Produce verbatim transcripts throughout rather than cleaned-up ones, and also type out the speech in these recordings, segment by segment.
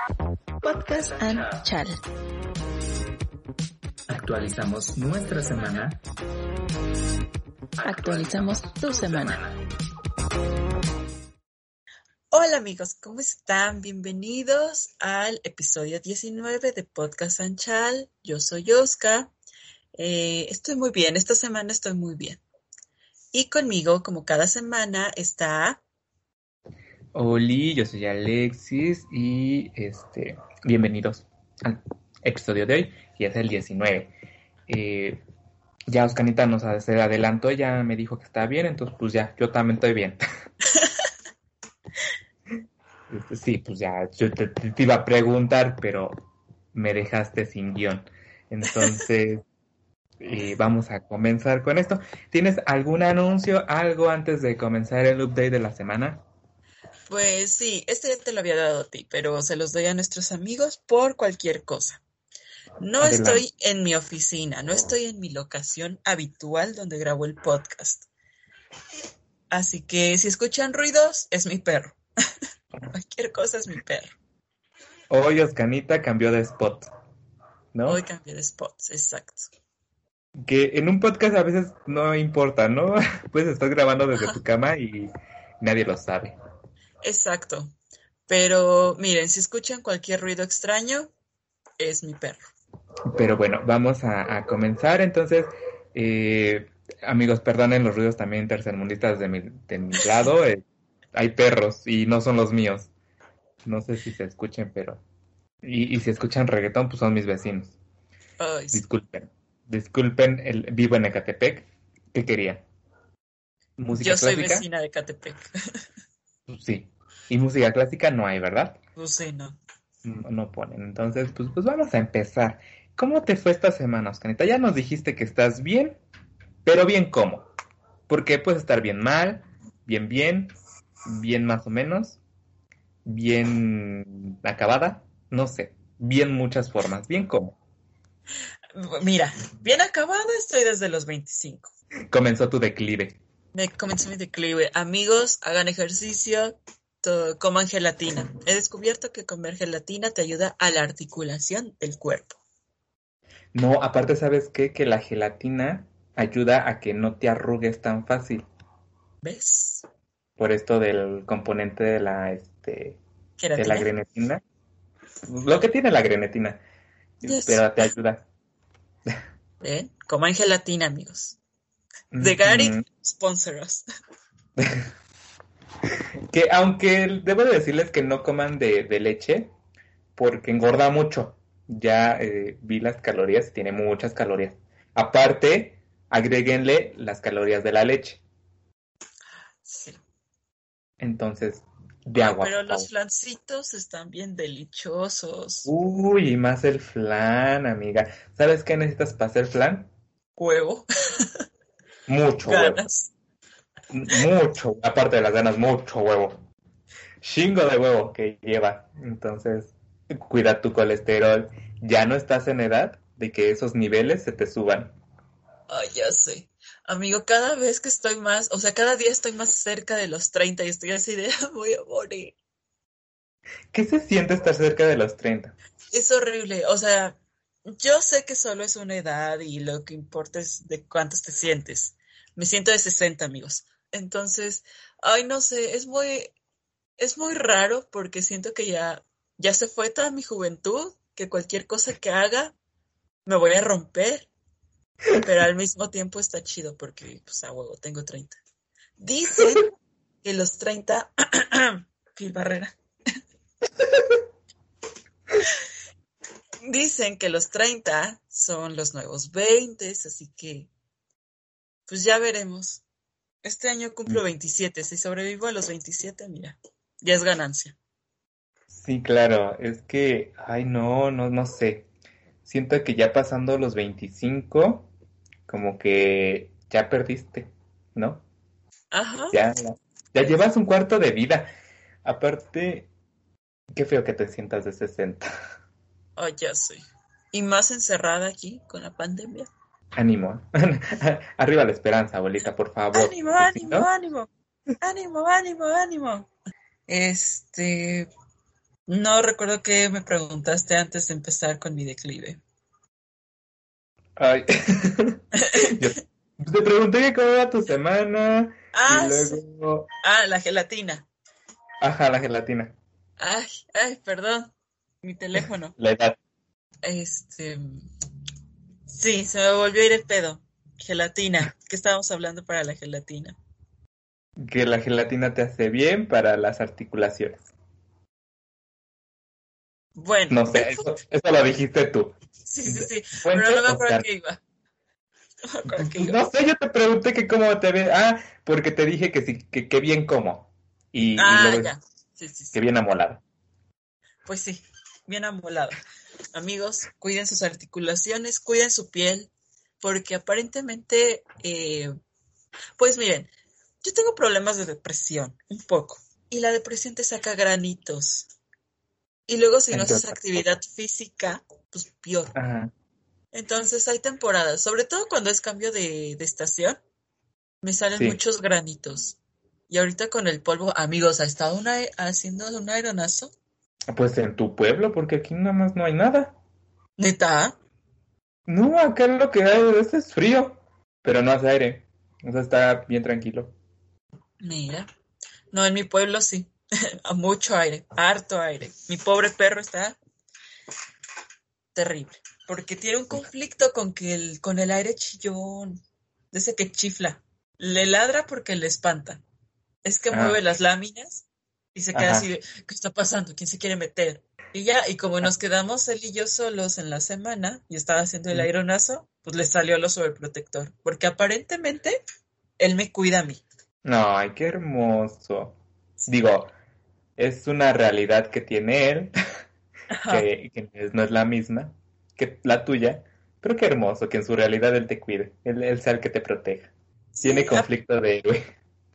Podcast and Chal. Actualizamos nuestra semana. Actualizamos tu semana. Hola amigos, ¿cómo están? Bienvenidos al episodio diecinueve de Podcast and Chal. Yo soy Oscar. Eh, estoy muy bien, esta semana estoy muy bien. Y conmigo, como cada semana, está... Oli, yo soy Alexis y este bienvenidos al episodio de hoy, que es el diecinueve. Eh, ya Oscanita nos hace adelanto, ya me dijo que está bien, entonces pues ya, yo también estoy bien. este, sí, pues ya, yo te, te iba a preguntar, pero me dejaste sin guión. Entonces, eh, vamos a comenzar con esto. ¿Tienes algún anuncio, algo antes de comenzar el update de la semana? Pues sí, este ya te lo había dado a ti, pero se los doy a nuestros amigos por cualquier cosa. No Adelante. estoy en mi oficina, no estoy en mi locación habitual donde grabo el podcast. Así que si escuchan ruidos, es mi perro. Cualquier cosa es mi perro. Hoy Oscanita cambió de spot, ¿no? Hoy cambié de spots, exacto. Que en un podcast a veces no importa, ¿no? Puedes estar grabando desde Ajá. tu cama y nadie lo sabe. Exacto. Pero miren, si escuchan cualquier ruido extraño, es mi perro. Pero bueno, vamos a, a comenzar. Entonces, eh, amigos, perdonen los ruidos también tercermundistas de mi, de mi lado. Eh, hay perros y no son los míos. No sé si se escuchen, pero... Y, y si escuchan reggaetón, pues son mis vecinos. Ay, sí. Disculpen. Disculpen, el, vivo en Ecatepec. ¿Qué quería? ¿Música Yo soy clásica? vecina de Catepec. Pues sí. Y música clásica no hay, ¿verdad? No sé, no. No, no ponen. Entonces, pues, pues vamos a empezar. ¿Cómo te fue esta semana, Oscanita? Ya nos dijiste que estás bien, pero bien cómo. Porque puedes estar bien mal, bien bien, bien más o menos, bien acabada, no sé. Bien muchas formas. Bien cómo. Mira, bien acabada estoy desde los veinticinco. Comenzó tu declive. Me comenzó mi declive. Amigos, hagan ejercicio, to- coman gelatina. He descubierto que comer gelatina te ayuda a la articulación del cuerpo. No, aparte, ¿sabes qué? Que la gelatina ayuda a que no te arrugues tan fácil. ¿Ves? Por esto del componente de la, este, de la Queratina. grenetina. Lo que tiene la grenetina. Yes. Pero te ayuda. ¿Ven? Coman gelatina, amigos. The Gary, Ujú. sponsor us. Que aunque debo de decirles que no coman de, de leche, porque engorda mucho. Ya eh, vi las calorías y tiene muchas calorías. Aparte, agréguenle las calorías de la leche. Sí. Entonces, de Ay, agua, pero por los favor. flancitos están bien deliciosos. Uy, y más el flan, amiga. ¿Sabes qué necesitas para hacer flan? Huevo, Mucho huevo. ganas. M- Mucho, aparte de las ganas, mucho huevo. Chingo de huevo que lleva. Entonces, cuida tu colesterol. Ya no estás en edad de que esos niveles se te suban. Ay, ya sé. Amigo, cada vez que estoy más, o sea, cada día estoy más cerca de los treinta y estoy así de, voy a morir. ¿Qué se siente estar cerca de los treinta? Es horrible. O sea, yo sé que solo es una edad y lo que importa es de cuántos te sientes. Me siento de sesenta, amigos. Entonces, ay, no sé, es muy, es muy raro porque siento que ya, ya se fue toda mi juventud, que cualquier cosa que haga me voy a romper, pero al mismo tiempo está chido porque, pues, a huevo, tengo treinta. Dicen que los treinta, Phil Barrera, dicen que los treinta son los nuevos veinte, así que, pues ya veremos. Este año cumplo veintisiete, si sobrevivo a los veintisiete, mira, ya es ganancia. Sí, claro, es que, ay, no, no, no sé. Siento que ya pasando los veinticinco, como que ya perdiste, ¿no? Ajá, Ya, ya llevas un cuarto de vida. Aparte, qué feo que te sientas de sesenta. oh, ya sé. Y más encerrada aquí con la pandemia. Ánimo. Arriba la esperanza, abuelita, por favor. Ánimo, Porque si ánimo, no, ánimo, ánimo, ánimo, ánimo. Este, No recuerdo qué me preguntaste antes de empezar con mi declive. Ay, yo te pregunté que cómo va tu semana y Ah, sí. luego, Ah, la gelatina. ajá, la gelatina, Ay, ay, perdón. Mi teléfono. la edad, Este, sí, se me volvió a ir el pedo. Gelatina. ¿Qué estábamos hablando para la gelatina? que la gelatina te hace bien para las articulaciones. Bueno, No el sé, punto. eso, eso lo dijiste tú. Sí, sí, sí. Pero ¿Fuente no me o acuerdo sea? qué iba. No me acuerdo qué Pues iba. no sé, yo te pregunté que cómo te ve. Ah, porque te dije que sí, que, que bien como. Y, y Ah, luego ya. Sí, sí, que sí. bien amolado. Pues sí, bien amolado. Amigos, cuiden sus articulaciones, cuiden su piel, porque aparentemente, eh, pues miren, yo tengo problemas de depresión, un poco, y la depresión te saca granitos. Y luego si no Entre haces otras cosas. actividad física, pues peor. Ajá, Entonces hay temporadas, sobre todo cuando es cambio de, de estación, me salen sí. muchos granitos. Y ahorita con el polvo, amigos, ¿ha estado una, haciendo un aeronazo? Pues en tu pueblo, porque aquí nada más no hay nada. ¿Neta? No, acá lo que hay es, es frío, pero no hace aire. O sea, está bien tranquilo. Mira. No, en mi pueblo sí. A mucho aire, harto aire. Mi pobre perro está terrible, porque tiene un conflicto con que el, con el aire chillón, de ese que chifla. Le ladra porque le espanta. Es que mueve Ah, las láminas y se queda así ajá. de, ¿qué está pasando? ¿Quién se quiere meter? Y ya, y como nos quedamos él y yo solos en la semana y estaba haciendo el aeronazo, pues le salió lo sobreprotector, porque aparentemente él me cuida a mí. No, ay, qué hermoso. Sí. Digo, es una realidad que tiene él, Ajá. que, que es- no es la misma que la tuya, pero qué hermoso que en su realidad él te cuide, él, él sea el que te proteja. Tiene Sí, a- conflicto de héroe.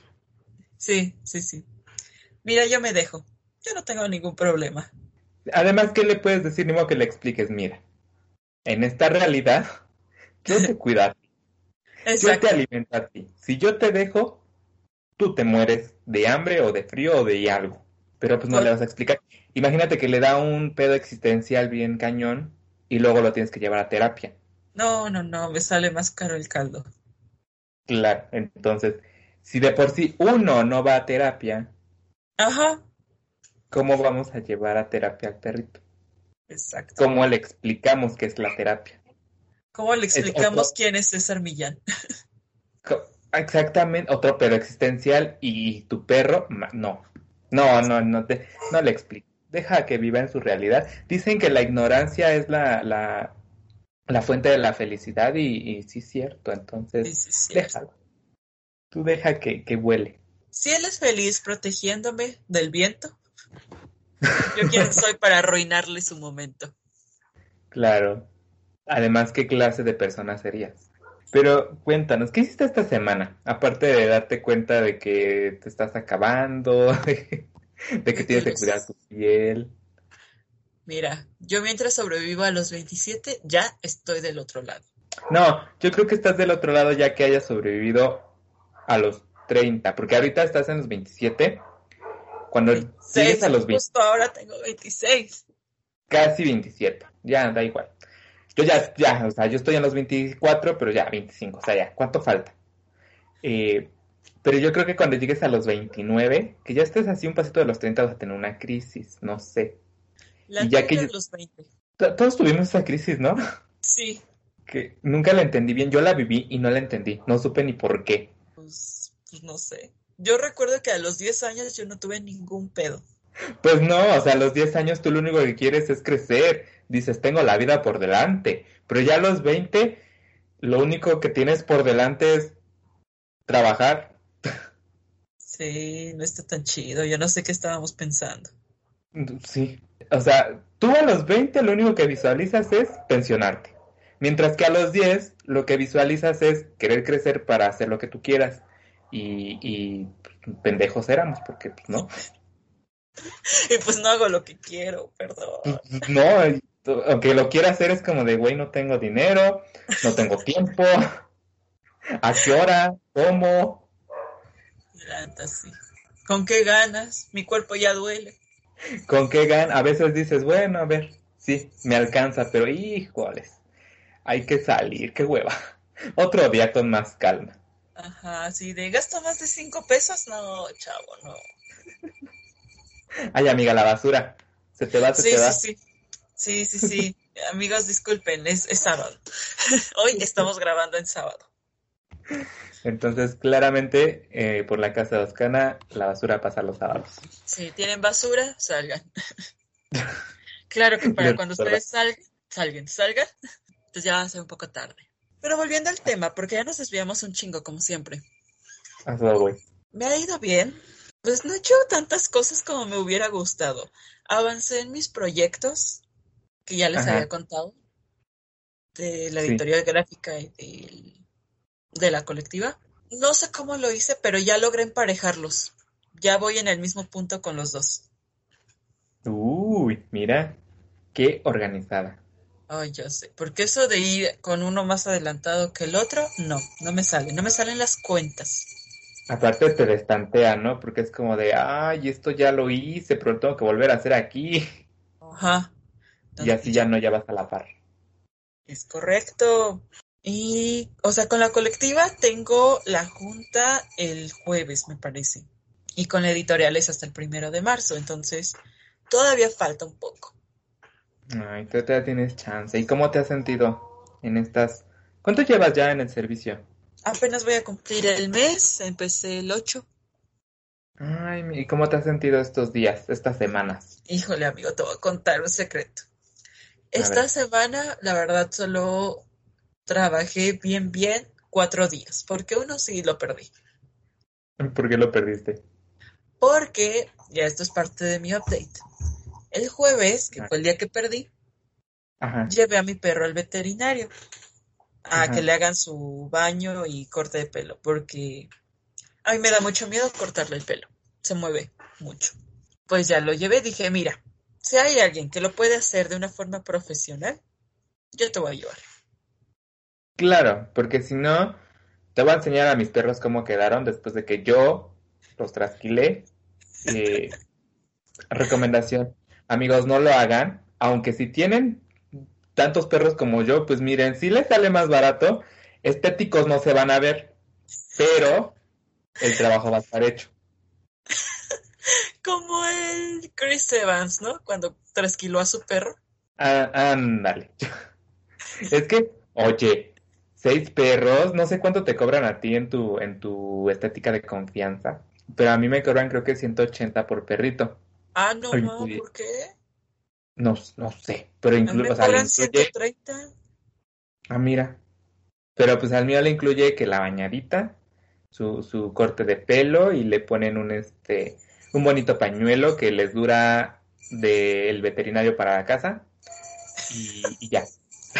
sí, sí, sí. Mira, yo me dejo. Yo no tengo ningún problema. Además, ¿qué le puedes decir? Ni modo que le expliques, mira, en esta realidad yo te cuido a ti, yo te Exacto. alimento a ti. Si yo te dejo, tú te mueres de hambre o de frío o de algo. Pero pues no le Por- vas a explicar. Imagínate que le da un pedo existencial bien cañón y luego lo tienes que llevar a terapia. No, no, no, me sale más caro el caldo. Claro, entonces, si de por sí uno no va a terapia, Ajá, ¿cómo vamos a llevar a terapia al perrito? exacto. ¿Cómo le explicamos qué es la terapia? ¿Cómo le Es explicamos otro, quién es César Millán? co- exactamente, otro pedo existencial y tu perro, ma- no. No, no, no te, no le explico. Deja que viva en su realidad. Dicen que la ignorancia es la, la, la fuente de la felicidad y, y sí es cierto, Sí, entonces sí, es cierto. déjalo. Tú deja que, que vuele. Si él es feliz protegiéndome del viento, ¿yo quién soy para arruinarle su momento? Claro. Además, ¿qué clase de persona serías? Pero cuéntanos, ¿qué hiciste esta semana? Aparte de darte cuenta de que te estás acabando, de, de que De que tienes que cuidar los... tu piel. Mira, yo mientras sobrevivo a los veintisiete, ya estoy del otro lado. No, yo creo que estás del otro lado ya que hayas sobrevivido a los treinta, porque ahorita estás en los veintisiete. Cuando llegues a veintiséis, los veinte, justo ahora tengo veintiséis. casi veintisiete, ya da igual. Yo ya, ya, o sea, yo estoy en los veinticuatro, pero ya veinticinco, o sea, ya, ¿cuánto falta? Eh, pero yo creo que cuando llegues a los veintinueve, que ya estés así un pasito de los treinta, vas a tener una crisis, no sé. La Y ya tuya que a los veinte. to- todos tuvimos esa crisis, ¿no? Sí, Que nunca la entendí bien, yo la viví y no la entendí, no supe ni por qué. pues, pues no sé. Yo recuerdo que a los diez años yo no tuve ningún pedo. Pues no, o sea, a los diez años tú lo único que quieres es crecer, dices, tengo la vida por delante, pero ya a los veinte, lo único que tienes por delante es trabajar. Sí, no está tan chido. Yo no sé qué estábamos pensando. Sí, o sea, tú a los veinte lo único que visualizas es pensionarte. Mientras que a los diez lo que visualizas es querer crecer para hacer lo que tú quieras. Y, y pues, pendejos éramos, porque pues no. Y pues no hago lo que quiero, perdón. Pues, no, y tú- aunque lo quiera hacer es como de, güey, no tengo dinero, no tengo tiempo, ¿a qué hora? ¿Cómo? La neta, sí. ¿Con qué ganas? Mi cuerpo ya duele. ¿Con qué gan? A veces dices, bueno, a ver, sí, me alcanza, pero híjoles, hay que salir, qué hueva. Otro día con más calma. Ajá, sí, de gasto más de cinco pesos, no, chavo, no. Ay, amiga, la basura. Se te va, se Sí, te sí, va. sí, sí, sí, sí. Amigos, disculpen, es, es sábado. Hoy estamos grabando en sábado. Entonces, claramente, eh, por la casa de Oscana, la basura pasa los sábados. Si tienen basura, salgan. Claro que para Les cuando recuerda. ustedes salgan, salgan, salgan, pues ya va a ser un poco tarde. Pero volviendo al tema, porque ya nos desviamos un chingo, como siempre. Hazlo, güey. Me ha ido bien. Pues no he hecho tantas cosas como me hubiera gustado. Avancé en mis proyectos, que ya les había Ajá, contado, de la sí. editorial gráfica y del- de la colectiva. No sé cómo lo hice, pero ya logré emparejarlos. Ya voy en el mismo punto con los dos. Uy, mira, qué organizada. Ay, ya sé. Porque eso de ir con uno más adelantado que el otro, no, no me sale. No me salen las cuentas. Aparte te destantea, ¿no? Porque es como de, ay, esto ya lo hice, pero lo tengo que volver a hacer aquí. Ajá. Y Entonces, así ya ya. no, ya vas a la par. Es correcto. Y, o sea, con la colectiva tengo la junta el jueves, me parece. Y con la editorial es hasta el primero de marzo. Entonces, todavía falta un poco. Ay, tú todavía tienes chance. ¿Y cómo te has sentido en estas... ¿Cuánto llevas ya en el servicio? Apenas voy a cumplir el mes. Empecé el ocho. Ay, ¿y cómo te has sentido estos días, estas semanas? Híjole, amigo, te voy a contar un secreto. A Esta ver, semana, la verdad, solo trabajé bien, bien cuatro días, porque uno sí lo perdí. ¿por qué lo perdiste? Porque, ya esto es parte de mi update. El jueves, que Ah, fue el día que perdí, ajá, llevé a mi perro al veterinario a que ajá. le hagan su baño y corte de pelo, porque a mí me da mucho miedo cortarle el pelo. Se mueve mucho. Pues ya lo llevé, dije, mira, si hay alguien que lo puede hacer de una forma profesional, yo te voy a llevar. Claro, porque si no, te voy a enseñar a mis perros cómo quedaron después de que yo los trasquilé. Eh, recomendación, amigos, no lo hagan, aunque si tienen tantos perros como yo, pues miren, si les sale más barato, estéticos no se van a ver, pero el trabajo va a estar hecho. Como el Chris Evans, ¿no? Cuando trasquiló a su perro. Ah, ándale. Es que, oye, seis perros, no sé cuánto te cobran a ti en tu, en tu estética de confianza, pero a mí me cobran creo que ciento ochenta por perrito. Ah, no, O ma, incluye- ¿por qué? no, no sé, pero A mí incluye, me o sea, le cobran incluye, ciento treinta. ah, mira, pero pues al mío le incluye que la bañadita, su, su corte de pelo y le ponen un este, un bonito pañuelo que les dura del veterinario para la casa y, y ya.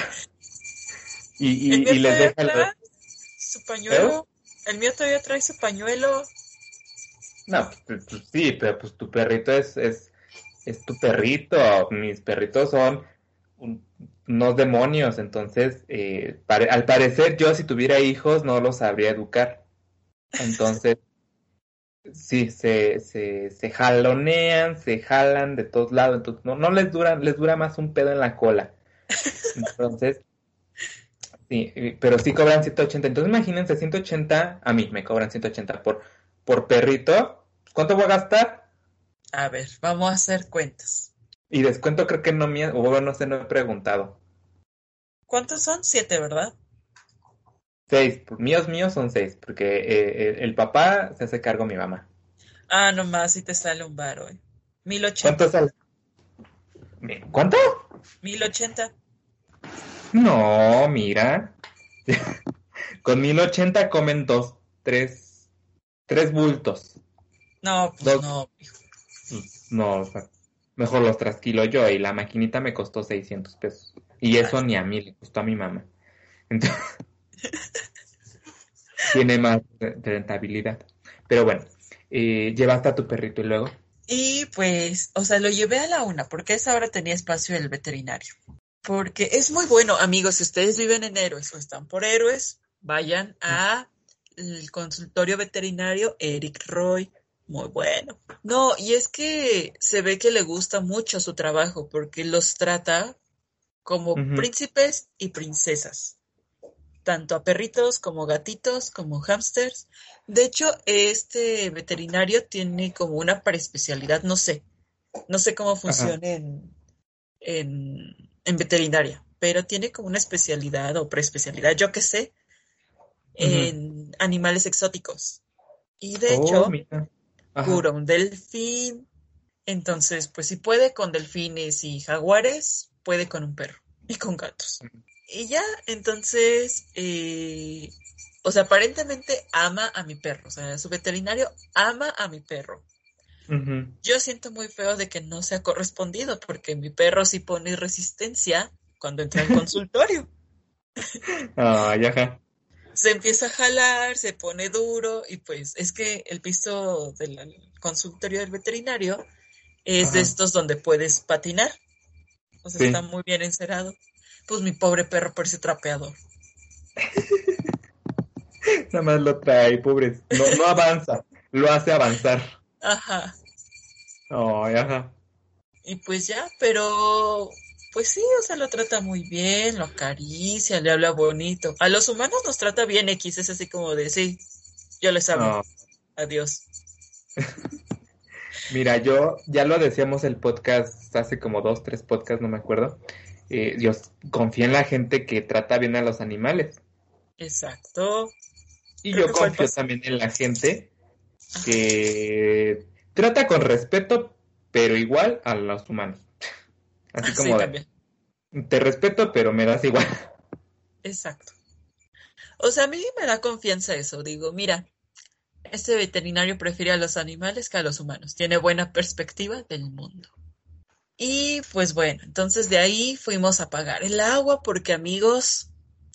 Y, El y, mío y les todavía deja los trae su feos. pañuelo. El mío todavía trae su pañuelo. No, pues, pues, sí, pero pues tu perrito es, es, es tu perrito. Mis perritos son un- unos demonios. Entonces, eh, pare- al parecer, yo si tuviera hijos no los sabría educar. Entonces, sí, se, se, se jalonean, se jalan de todos lados. Entonces, no, no les dura, les dura más un pedo en la cola. Entonces, sí, eh, pero sí cobran ciento ochenta. Entonces, imagínense, ciento ochenta, a mí me cobran ciento ochenta por, por perrito. ¿Cuánto voy a gastar? A ver, vamos a hacer cuentas. Y descuento creo que no me, o bueno, no sé, no he preguntado. ¿Cuántos son? Siete, ¿verdad? Seis, pues, míos, míos son seis, porque eh, el, el papá se hace cargo mi mamá. Ah, nomás si te sale un bar hoy. Mil ¿Cuánto ochenta. sale? ¿Cuánto? Mil ochenta. No, mira, con mil ochenta comen dos, tres, tres bultos. No, pues Dos, no, hijo. pues, no, o sea, mejor los trasquilo yo y la maquinita me costó seiscientos pesos. Y Ay, eso ni a mí le costó a mi mamá. Entonces, tiene más re- rentabilidad. Pero bueno, eh, llevaste a tu perrito y luego. y pues, o sea, lo llevé a la una, porque a esa hora tenía espacio el veterinario. Porque es muy bueno, amigos, si ustedes viven en Héroes o están por Héroes, vayan a el consultorio veterinario Eric Roy. Muy bueno. No, y es que se ve que le gusta mucho su trabajo porque los trata como Ujú. príncipes y princesas, tanto a perritos como gatitos, como hámsters. De hecho, este veterinario tiene como una preespecialidad, no sé, no sé cómo Ajá. funciona en, en, en veterinaria, pero tiene como una especialidad o preespecialidad, yo qué sé, Ujú. en animales exóticos. Y de Oh, hecho, mira. Ajá. cura un delfín. Entonces, pues si puede con delfines y jaguares, puede con un perro y con gatos. Y ya, entonces, eh, o sea, aparentemente ama a mi perro. O sea, su veterinario ama a mi perro. Ujú. Yo siento muy feo de que no sea correspondido, porque mi perro sí pone resistencia cuando entra al consultorio. Ay, ajá. Se empieza a jalar, se pone duro, y pues es que el piso del consultorio del veterinario es de Ajá. estos donde puedes patinar. O sea, está Sí. muy bien encerado. Pues mi pobre perro parece trapeador. Nada más lo trae, pobres. No, no avanza, lo hace avanzar. Ajá. Ay, ajá. Y pues ya, pero pues sí, o sea, lo trata muy bien, lo acaricia, le habla bonito. A los humanos nos trata bien X, es así como de, sí, yo les hablo. No. Adiós. Mira, yo ya lo decíamos el podcast hace como dos, tres podcasts, no me acuerdo. Eh, Dios confía en la gente que trata bien a los animales. Exacto. Y Creo yo que fue el confío pas. también en la gente Ajá. que trata con respeto, pero igual a los humanos. Así Sí, como de, también. te respeto, pero me das igual. Exacto. O sea, a mí me da confianza eso. Digo, mira, este veterinario prefiere a los animales que a los humanos. Tiene buena perspectiva del mundo. Y pues bueno, entonces de ahí fuimos a pagar el agua porque amigos,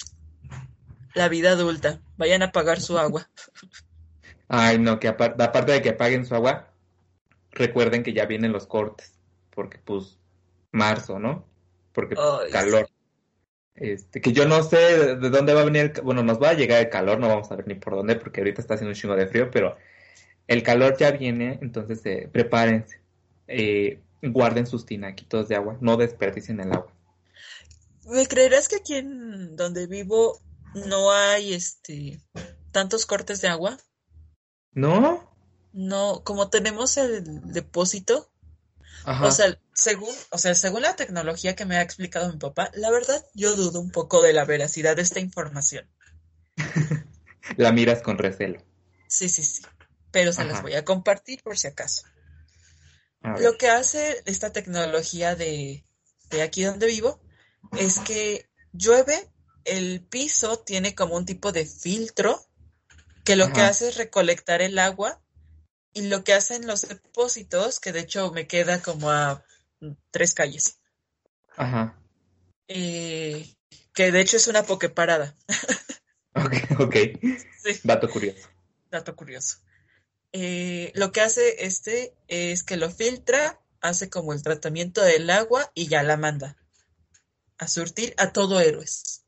la vida adulta, vayan a pagar su agua. Ay, no, que apar- aparte de que paguen su agua, recuerden que ya vienen los cortes, porque pues marzo, ¿no? Porque pues Ay, calor. sí. Este, que yo no sé de, de dónde va a venir el, ca- bueno, nos va a llegar el calor, no vamos a ver ni por dónde, porque ahorita está haciendo un chingo de frío, pero el calor ya viene, entonces eh, prepárense. Eh, guarden sus tinaquitos de agua, no desperdicien el agua. ¿Me creerás que aquí en donde vivo no hay este tantos cortes de agua? ¿No? No, como tenemos el depósito, o Ajá. sea, según, o sea, según la tecnología que me ha explicado mi papá, la verdad yo dudo un poco de la veracidad de esta información. La miras con recelo. Sí, sí, sí, pero se las Ajá. voy a compartir por si acaso. A ver. Lo que hace esta tecnología de, de aquí donde vivo es que llueve, el piso tiene como un tipo de filtro que lo que Ajá. hace es recolectar el agua, y lo que hacen los depósitos, que de hecho me queda como a mm, tres calles, Ajá. eh, que de hecho es una pokeparada. Ok, ok. Sí, Dato curioso. dato curioso. Eh, lo que hace este es que lo filtra, hace como el tratamiento del agua y ya la manda a surtir a todo Héroes.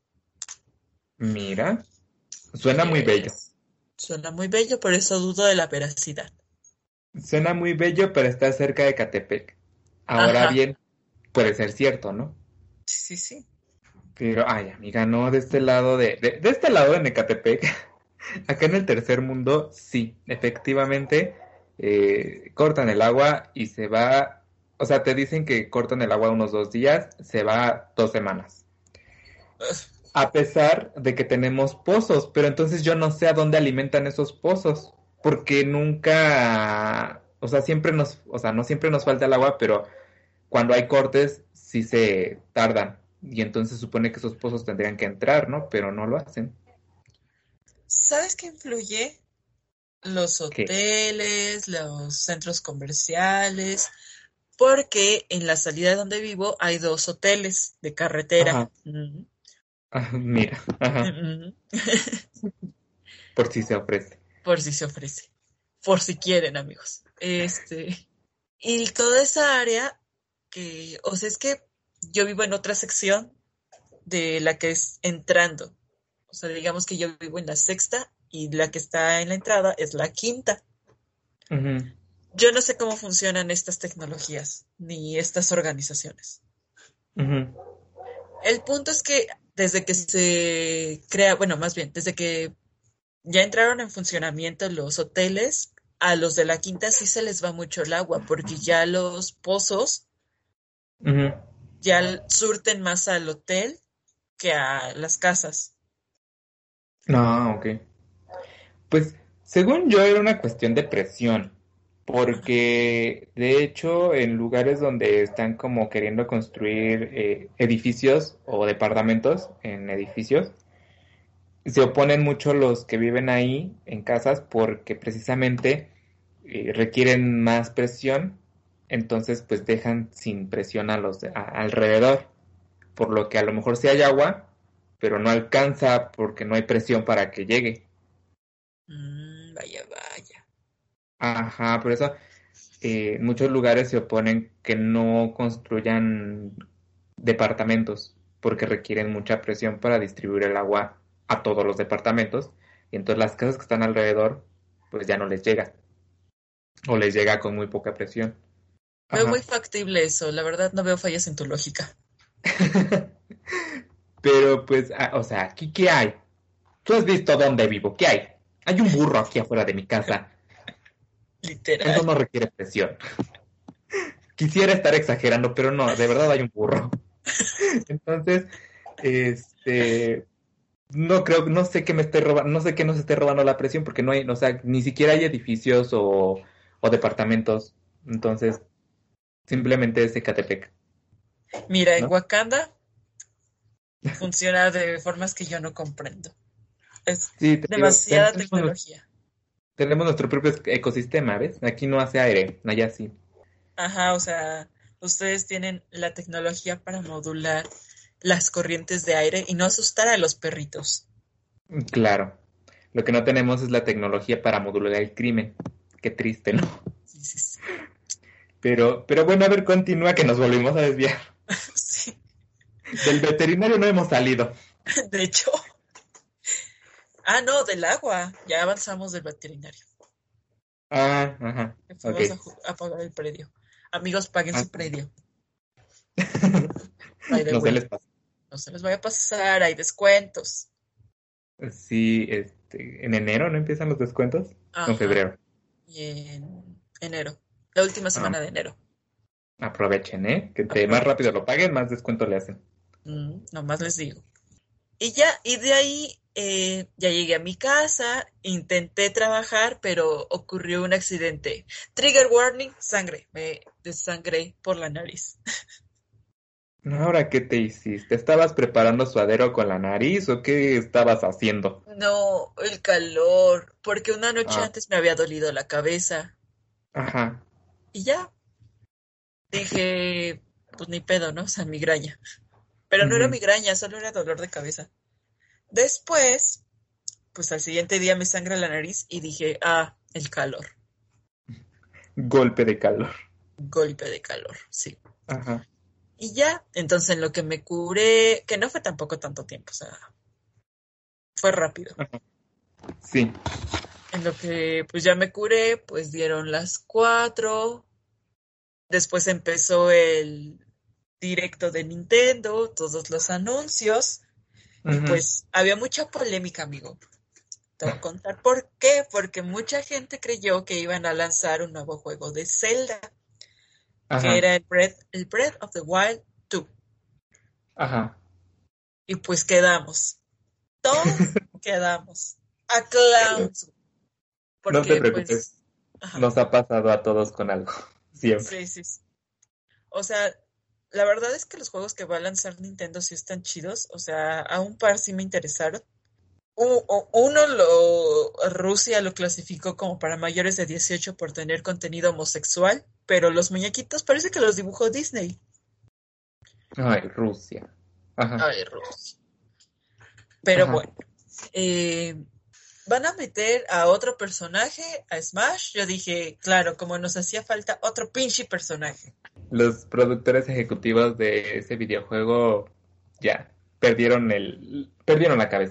Mira, suena muy bello. Yes. Suena muy bello, por eso dudo de la veracidad. Suena muy bello, pero está cerca de Catepec. Ahora Ajá, bien, puede ser cierto, ¿no? sí, sí. Pero, ay, amiga, no, de este lado de, de, de este lado de Necatepec, acá en el tercer mundo, sí, efectivamente, eh, cortan el agua y se va, o sea, te dicen que cortan el agua unos dos días, se va dos semanas. Ugh. A pesar de que tenemos pozos, pero entonces yo no sé a dónde alimentan esos pozos, porque nunca, o sea, siempre nos, o sea, no siempre nos falta el agua, pero cuando hay cortes sí se tardan y entonces supone que esos pozos tendrían que entrar, ¿no? Pero no lo hacen. ¿Sabes qué influye? Los ¿Qué? hoteles, los centros comerciales, porque en la salida donde vivo hay dos hoteles de carretera. Ajá, Ujú, ajá, mira, ajá, ujú. por si se ofrece. Por si se ofrece, por si quieren, amigos. Este, y toda esa área que, o sea, es que yo vivo en otra sección de la que es entrando. O sea, digamos que yo vivo en la sexta y la que está en la entrada es la quinta. Ujú. yo no sé cómo funcionan estas tecnologías, ni estas organizaciones. Ujú. El punto es que desde que se crea, bueno, más bien, desde que ya entraron en funcionamiento los hoteles, a los de la quinta sí se les va mucho el agua, porque ya los pozos Ujú. ya l- surten más al hotel que a las casas. No, ok. Pues según yo era una cuestión de presión, Ajá. porque de hecho en lugares donde están como queriendo construir eh, edificios o departamentos en edificios, se oponen mucho los que viven ahí en casas porque precisamente eh, requieren más presión, entonces pues dejan sin presión a los de- a- alrededor, por lo que a lo mejor sí hay agua, pero no alcanza porque no hay presión para que llegue. Mm, vaya, vaya. Ajá, por eso eh, en muchos lugares se oponen que no construyan departamentos porque requieren mucha presión para distribuir el agua a todos los departamentos y entonces las casas que están alrededor pues ya no les llega o les llega con muy poca presión. Veo muy Ajá. factible eso, la verdad no veo fallas en tu lógica. Pero pues, ah, o sea, ¿aquí qué hay? ¿Tú has visto dónde vivo? ¿Qué hay? Hay un burro aquí afuera de mi casa. Eso Literal. no requiere presión. Quisiera estar exagerando, pero no, de verdad hay un burro. Entonces, este, no creo, no sé qué me esté robando, no sé qué nos esté robando la presión porque no hay, o sea, ni siquiera hay edificios o, o departamentos. Entonces, simplemente es Ecatepec, Mira, en ¿no? Wakanda funciona de formas que yo no comprendo. Es Sí, te digo, demasiada tenemos, tecnología. tenemos nuestro propio ecosistema, ¿ves? Aquí no hace aire, allá sí. Ajá, o sea, ustedes tienen la tecnología para modular las corrientes de aire y no asustar a los perritos. Claro. Lo que no tenemos es la tecnología para modular el crimen. Qué triste, ¿no? Sí, sí, sí. Pero, pero bueno, a ver, continúa que nos volvimos a desviar. Sí, Del veterinario no hemos salido. de hecho. Ah, no, del agua. Ya avanzamos del veterinario. Ah, ajá, Ya ok. fuimos a, ju- a pagar el predio. Amigos, paguen Ah, su predio. By the no se way. les pasa. No se les vaya a pasar, hay descuentos. Sí, este, en enero no empiezan los descuentos. O en Ajá. febrero. Y en enero. La última Ah, semana de enero. aprovechen, ¿eh? Que entre más Aprovechen. rápido lo paguen, más descuento le hacen. Mm, nomás les digo. Y ya, y de ahí eh, ya llegué a mi casa, intenté trabajar, pero ocurrió un accidente. Trigger warning, sangre. Me desangré por la nariz. Ahora, ¿qué te hiciste? ¿Estabas preparando suadero con la nariz o qué estabas haciendo? No, el calor, porque una noche Ah, antes me había dolido la cabeza. ajá. Y ya, dije, pues ni pedo, ¿no? O sea, migraña. Pero no era Ujú. migraña, solo era dolor de cabeza. Después, pues al siguiente día me sangra la nariz y dije, ah, el calor, Golpe de calor. golpe de calor, sí. Ajá. Y ya, entonces en lo que me curé, que no fue tampoco tanto tiempo, o sea, fue rápido. Ajá. Sí. En lo que pues ya me curé, pues dieron las cuatro, después empezó el directo de Nintendo, todos los anuncios, y Ujú. pues había mucha polémica, amigo. Te voy a contar por qué, porque mucha gente creyó que iban a lanzar un nuevo juego de Zelda, que Ajá. era el Breath, el Breath of the Wild dos. Ajá. Y pues quedamos, todos quedamos a clowns, No te porque preocupes. pues, ajá, Nos ha pasado a todos con algo. Siempre. sí, sí, sí. O sea, la verdad es que los juegos que va a lanzar Nintendo sí están chidos, o sea, a un par sí me interesaron. U- u- Uno lo, Rusia lo clasificó como para mayores de dieciocho por tener contenido homosexual, pero los muñequitos parece que los dibujó Disney. Ay, Rusia. Ajá. Ay, Rusia. Pero Ajá. bueno, eh, van a meter a otro personaje, a Smash. Yo dije, claro, como nos hacía falta otro pinche personaje. Los productores ejecutivos de ese videojuego ya perdieron el perdieron la cabeza.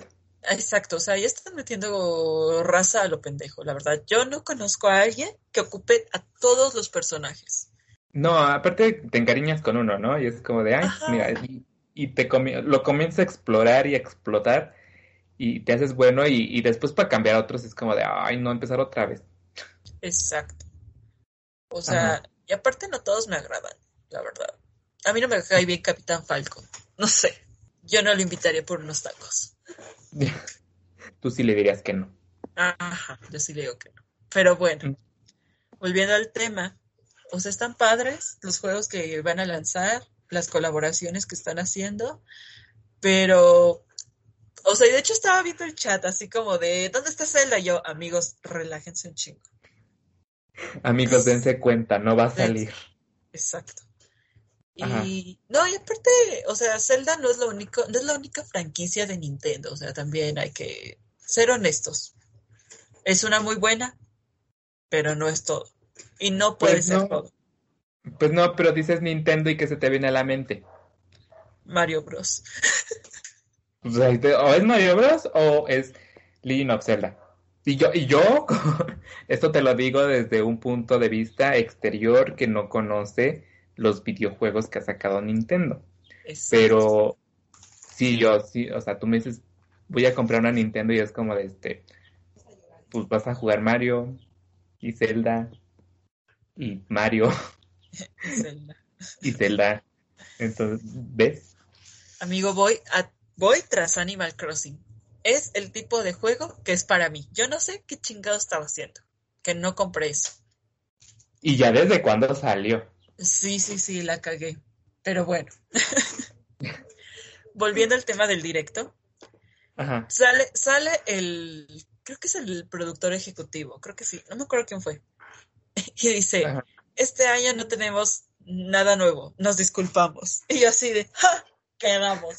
Exacto, o sea, ya están metiendo raza a lo pendejo, la verdad. Yo no conozco a alguien que ocupe a todos los personajes. No, aparte te encariñas con uno, ¿no? Y es como de, ay, pues mira, Ajá, y, y te comi- lo comienzas a explorar y a explotar y te haces bueno y, y después para cambiar a otros es como de, ay, no, empezar otra vez. exacto. O Ajá. sea, y aparte no todos me agradan, la verdad. A mí no me cae bien Capitán Falcon. No sé. Yo no lo invitaría por unos tacos. Tú sí le dirías que no. Ajá, yo sí le digo que no. Pero bueno, Mm. volviendo al tema, o sea, están padres los juegos que van a lanzar, las colaboraciones que están haciendo, pero, o sea, y de hecho estaba viendo el chat así como de, ¿dónde está Zelda? Y yo, amigos, relájense un chingo. Amigos, dense cuenta, no va a salir. Exacto. Ajá. Y no, y aparte, o sea, Zelda no es lo único, no es la única franquicia de Nintendo, o sea, también hay que ser honestos. Es una muy buena, pero no es todo. Y no puede Pues ser no, todo. pues no, pero dices Nintendo y que se te viene a la mente. Mario Bros. Pues ahí te- o es Mario Bros. O es Legend of Zelda. Y yo, y yo, esto te lo digo desde un punto de vista exterior que no conoce los videojuegos que ha sacado Nintendo. Exacto. Pero sí, yo, sí, o sea, tú me dices, voy a comprar una Nintendo y es como de este, pues vas a jugar Mario y Zelda y Mario Y Zelda. y Zelda. Entonces, ¿ves? Amigo, voy a, voy tras Animal Crossing. Es el tipo de juego que es para mí. Yo no sé qué chingado estaba haciendo, que no compré eso. Y ya desde cuándo salió. Sí, sí, sí, la cagué. Pero bueno, volviendo al tema del directo, Ajá, sale, sale el, creo que es el productor ejecutivo, creo que sí, no me acuerdo quién fue. Y dice, ajá. este año no tenemos nada nuevo, nos disculpamos. Y yo así de, ¡ja! Quedamos.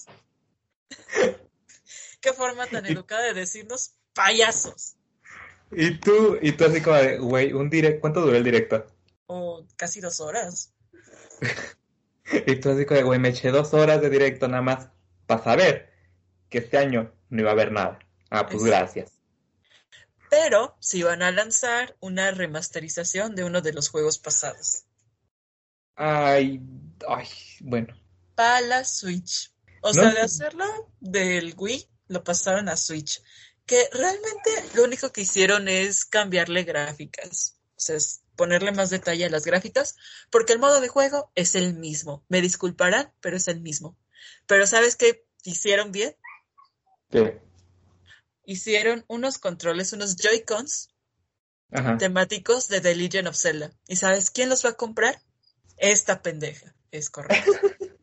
Qué forma tan Y, educada de decirnos payasos. y tú, y tú así como de, güey, un direct, ¿cuánto duró el directo? O casi dos horas. Y tú así como de, güey, me eché dos horas de directo nada más para saber que este año no iba a haber nada. Ah, pues Es- gracias. Pero sí van a lanzar una remasterización de uno de los juegos pasados. Ay, ay, bueno. Para la Switch. O No sea, de es, hacerlo del Wii, lo pasaron a Switch. Que realmente lo único que hicieron es cambiarle gráficas. O sea, es ponerle más detalle a las gráficas, porque el modo de juego es el mismo. Me disculparán, pero es el mismo. Pero ¿sabes qué hicieron bien? que, Hicieron unos controles, unos Joy-Cons ajá. temáticos de The Legend of Zelda. ¿Y sabes quién los va a comprar? Esta pendeja. Es correcto.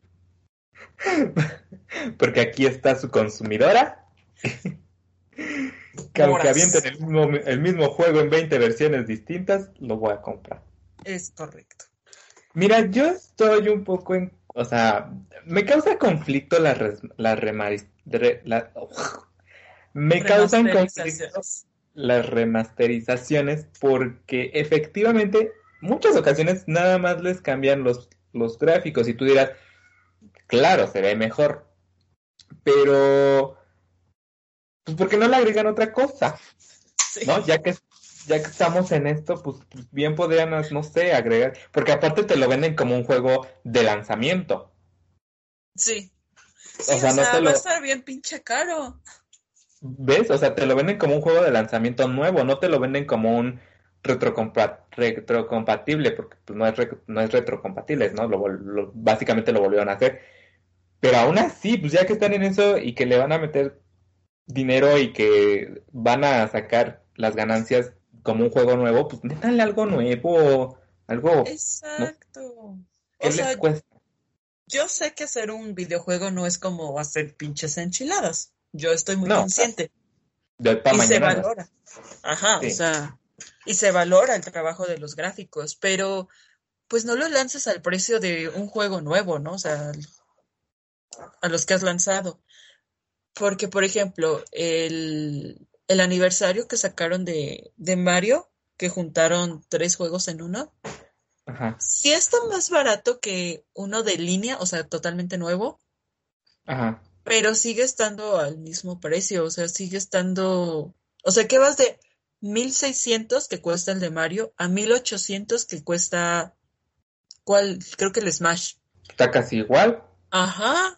Porque aquí está su consumidora, que aunque avienten Moras. el mismo, el mismo juego en veinte versiones distintas, lo voy a comprar. Es correcto. Mira, yo estoy un poco en, o sea, me causa conflicto las res- las remaris- re- la- me causan conflicto Remasterizaciones. las remasterizaciones porque efectivamente muchas ocasiones nada más les cambian los, los gráficos y tú dirás, claro, se ve mejor, pero pues ¿por qué no le agregan otra cosa? ¿No? Sí. Ya que ya que estamos en esto, pues, pues bien podrían, no sé, agregar, porque aparte te lo venden como un juego de lanzamiento. Sí. O Sí, o sea, no sea, te va a lo, estar bien pinche caro. ¿ves? O sea, te lo venden como un juego de lanzamiento nuevo, no te lo venden como un retrocompa- retrocompatible, porque pues, no es, re- no es retrocompatible, ¿no? Lo, vol- lo- básicamente lo volvieron a hacer. Pero aún así, pues ya que están en eso y que le van a meter dinero y que van a sacar las ganancias como un juego nuevo, pues métanle algo nuevo, algo, no sé, Exacto. ¿qué O les sea, cuesta? yo sé que hacer un videojuego no es como hacer pinches enchiladas. Yo estoy muy No, consciente. de hoy para Y se mañana no. valora. Ajá, o Sí, sea, y se valora el trabajo de los gráficos, pero pues no lo lances al precio de un juego nuevo, ¿no? O sea, a los que has lanzado. Porque, por ejemplo, el, el aniversario que sacaron de, de Mario, que juntaron tres juegos en uno, ajá, sí está más barato que uno de línea, o sea, totalmente nuevo, ajá. pero sigue estando al mismo precio, o sea, sigue estando, o sea, que vas de mil seiscientos que cuesta el de Mario a mil ochocientos que cuesta, ¿cuál? Creo que el Smash. Está casi igual. Ajá.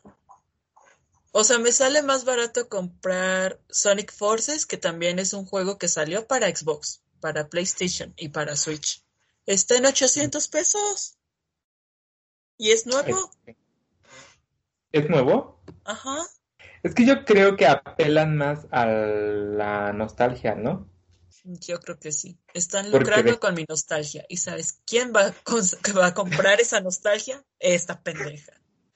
O sea, me sale más barato comprar Sonic Forces, que también es un juego que salió para Xbox, para PlayStation y para Switch. Está en ochocientos pesos y es nuevo. Este, ¿Es nuevo? Ajá. Es que yo creo que apelan más a la nostalgia, ¿no? Yo creo que sí. Están Porque lucrando ve- con mi nostalgia. ¿Y sabes quién va a, cons- que va a comprar esa nostalgia? Esta pendeja.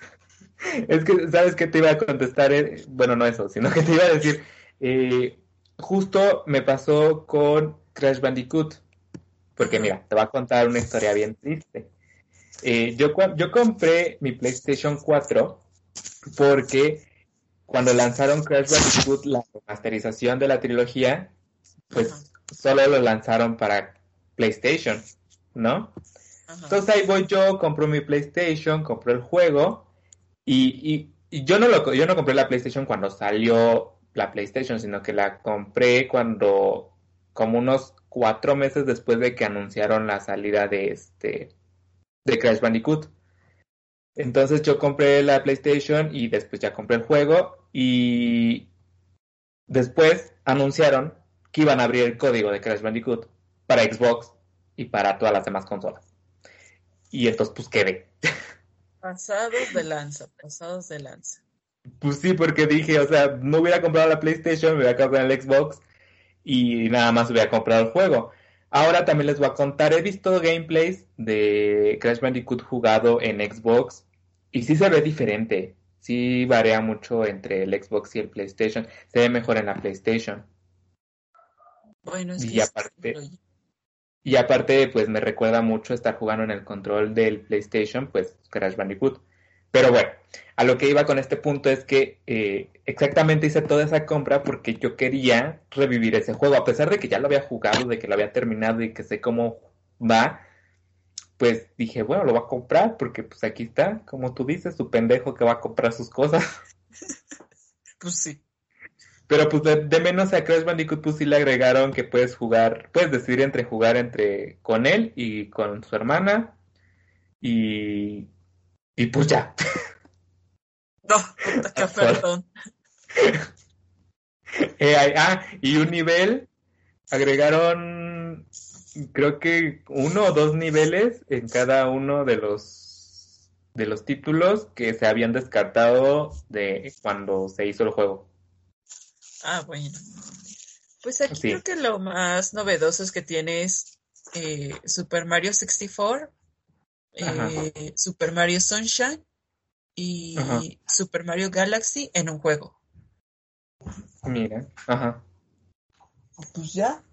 es que, ¿sabes qué te iba a contestar? Eh, Bueno, no eso, sino que te iba a decir, eh, justo me pasó con Crash Bandicoot, porque Ajá, mira, te voy a contar una historia bien triste. Eh, yo, cua- yo compré mi PlayStation cuatro porque cuando lanzaron Crash Bandicoot, la remasterización de la trilogía, ajá, pues solo lo lanzaron para PlayStation, ¿no? ajá, Entonces ahí voy yo, compro mi PlayStation, compro el juego y, y- y yo no lo, yo no compré la PlayStation cuando salió la PlayStation, sino que la compré cuando, como unos cuatro meses después de que anunciaron la salida de este, de Crash Bandicoot. Entonces yo compré la PlayStation y después ya compré el juego y después anunciaron que iban a abrir el código de Crash Bandicoot para Xbox y para todas las demás consolas. Y entonces pues quedé. pasados de lanza, pasados de lanza. Pues sí, porque dije, o sea, no hubiera comprado la PlayStation, me hubiera comprado el Xbox y nada más hubiera comprado el juego. Ahora también les voy a contar, he visto gameplays de Crash Bandicoot jugado en Xbox y sí se ve diferente. Sí varía mucho entre el Xbox y el PlayStation. Se ve mejor en la PlayStation. Bueno, es que Y es aparte, tecnología. y aparte, pues me recuerda mucho estar jugando en el control del PlayStation, pues Crash Bandicoot. Pero bueno, a lo que iba con este punto es que eh, exactamente hice toda esa compra porque yo quería revivir ese juego. A pesar de que ya lo había jugado, de que lo había terminado y que sé cómo va, pues dije, bueno, lo voy a comprar porque pues aquí está, como tú dices, su pendejo que va a comprar sus cosas. Pues sí. Pero pues de, de menos a Crash Bandicoot pues sí le agregaron que puedes jugar, puedes decidir entre jugar entre con él y con su hermana y, y pues ya. No, puta, qué Solo. ofertón. Eh, hay- ah, y un nivel, agregaron creo que uno o dos niveles en cada uno de los de los títulos que se habían descartado de cuando se hizo el juego. Ah, bueno. Pues aquí creo Sí, que lo más novedoso es que tienes eh, Super Mario sesenta y cuatro, ajá, eh, Super Mario Sunshine ajá, y Super Mario Galaxy en un juego. mira, ajá. Pues ya.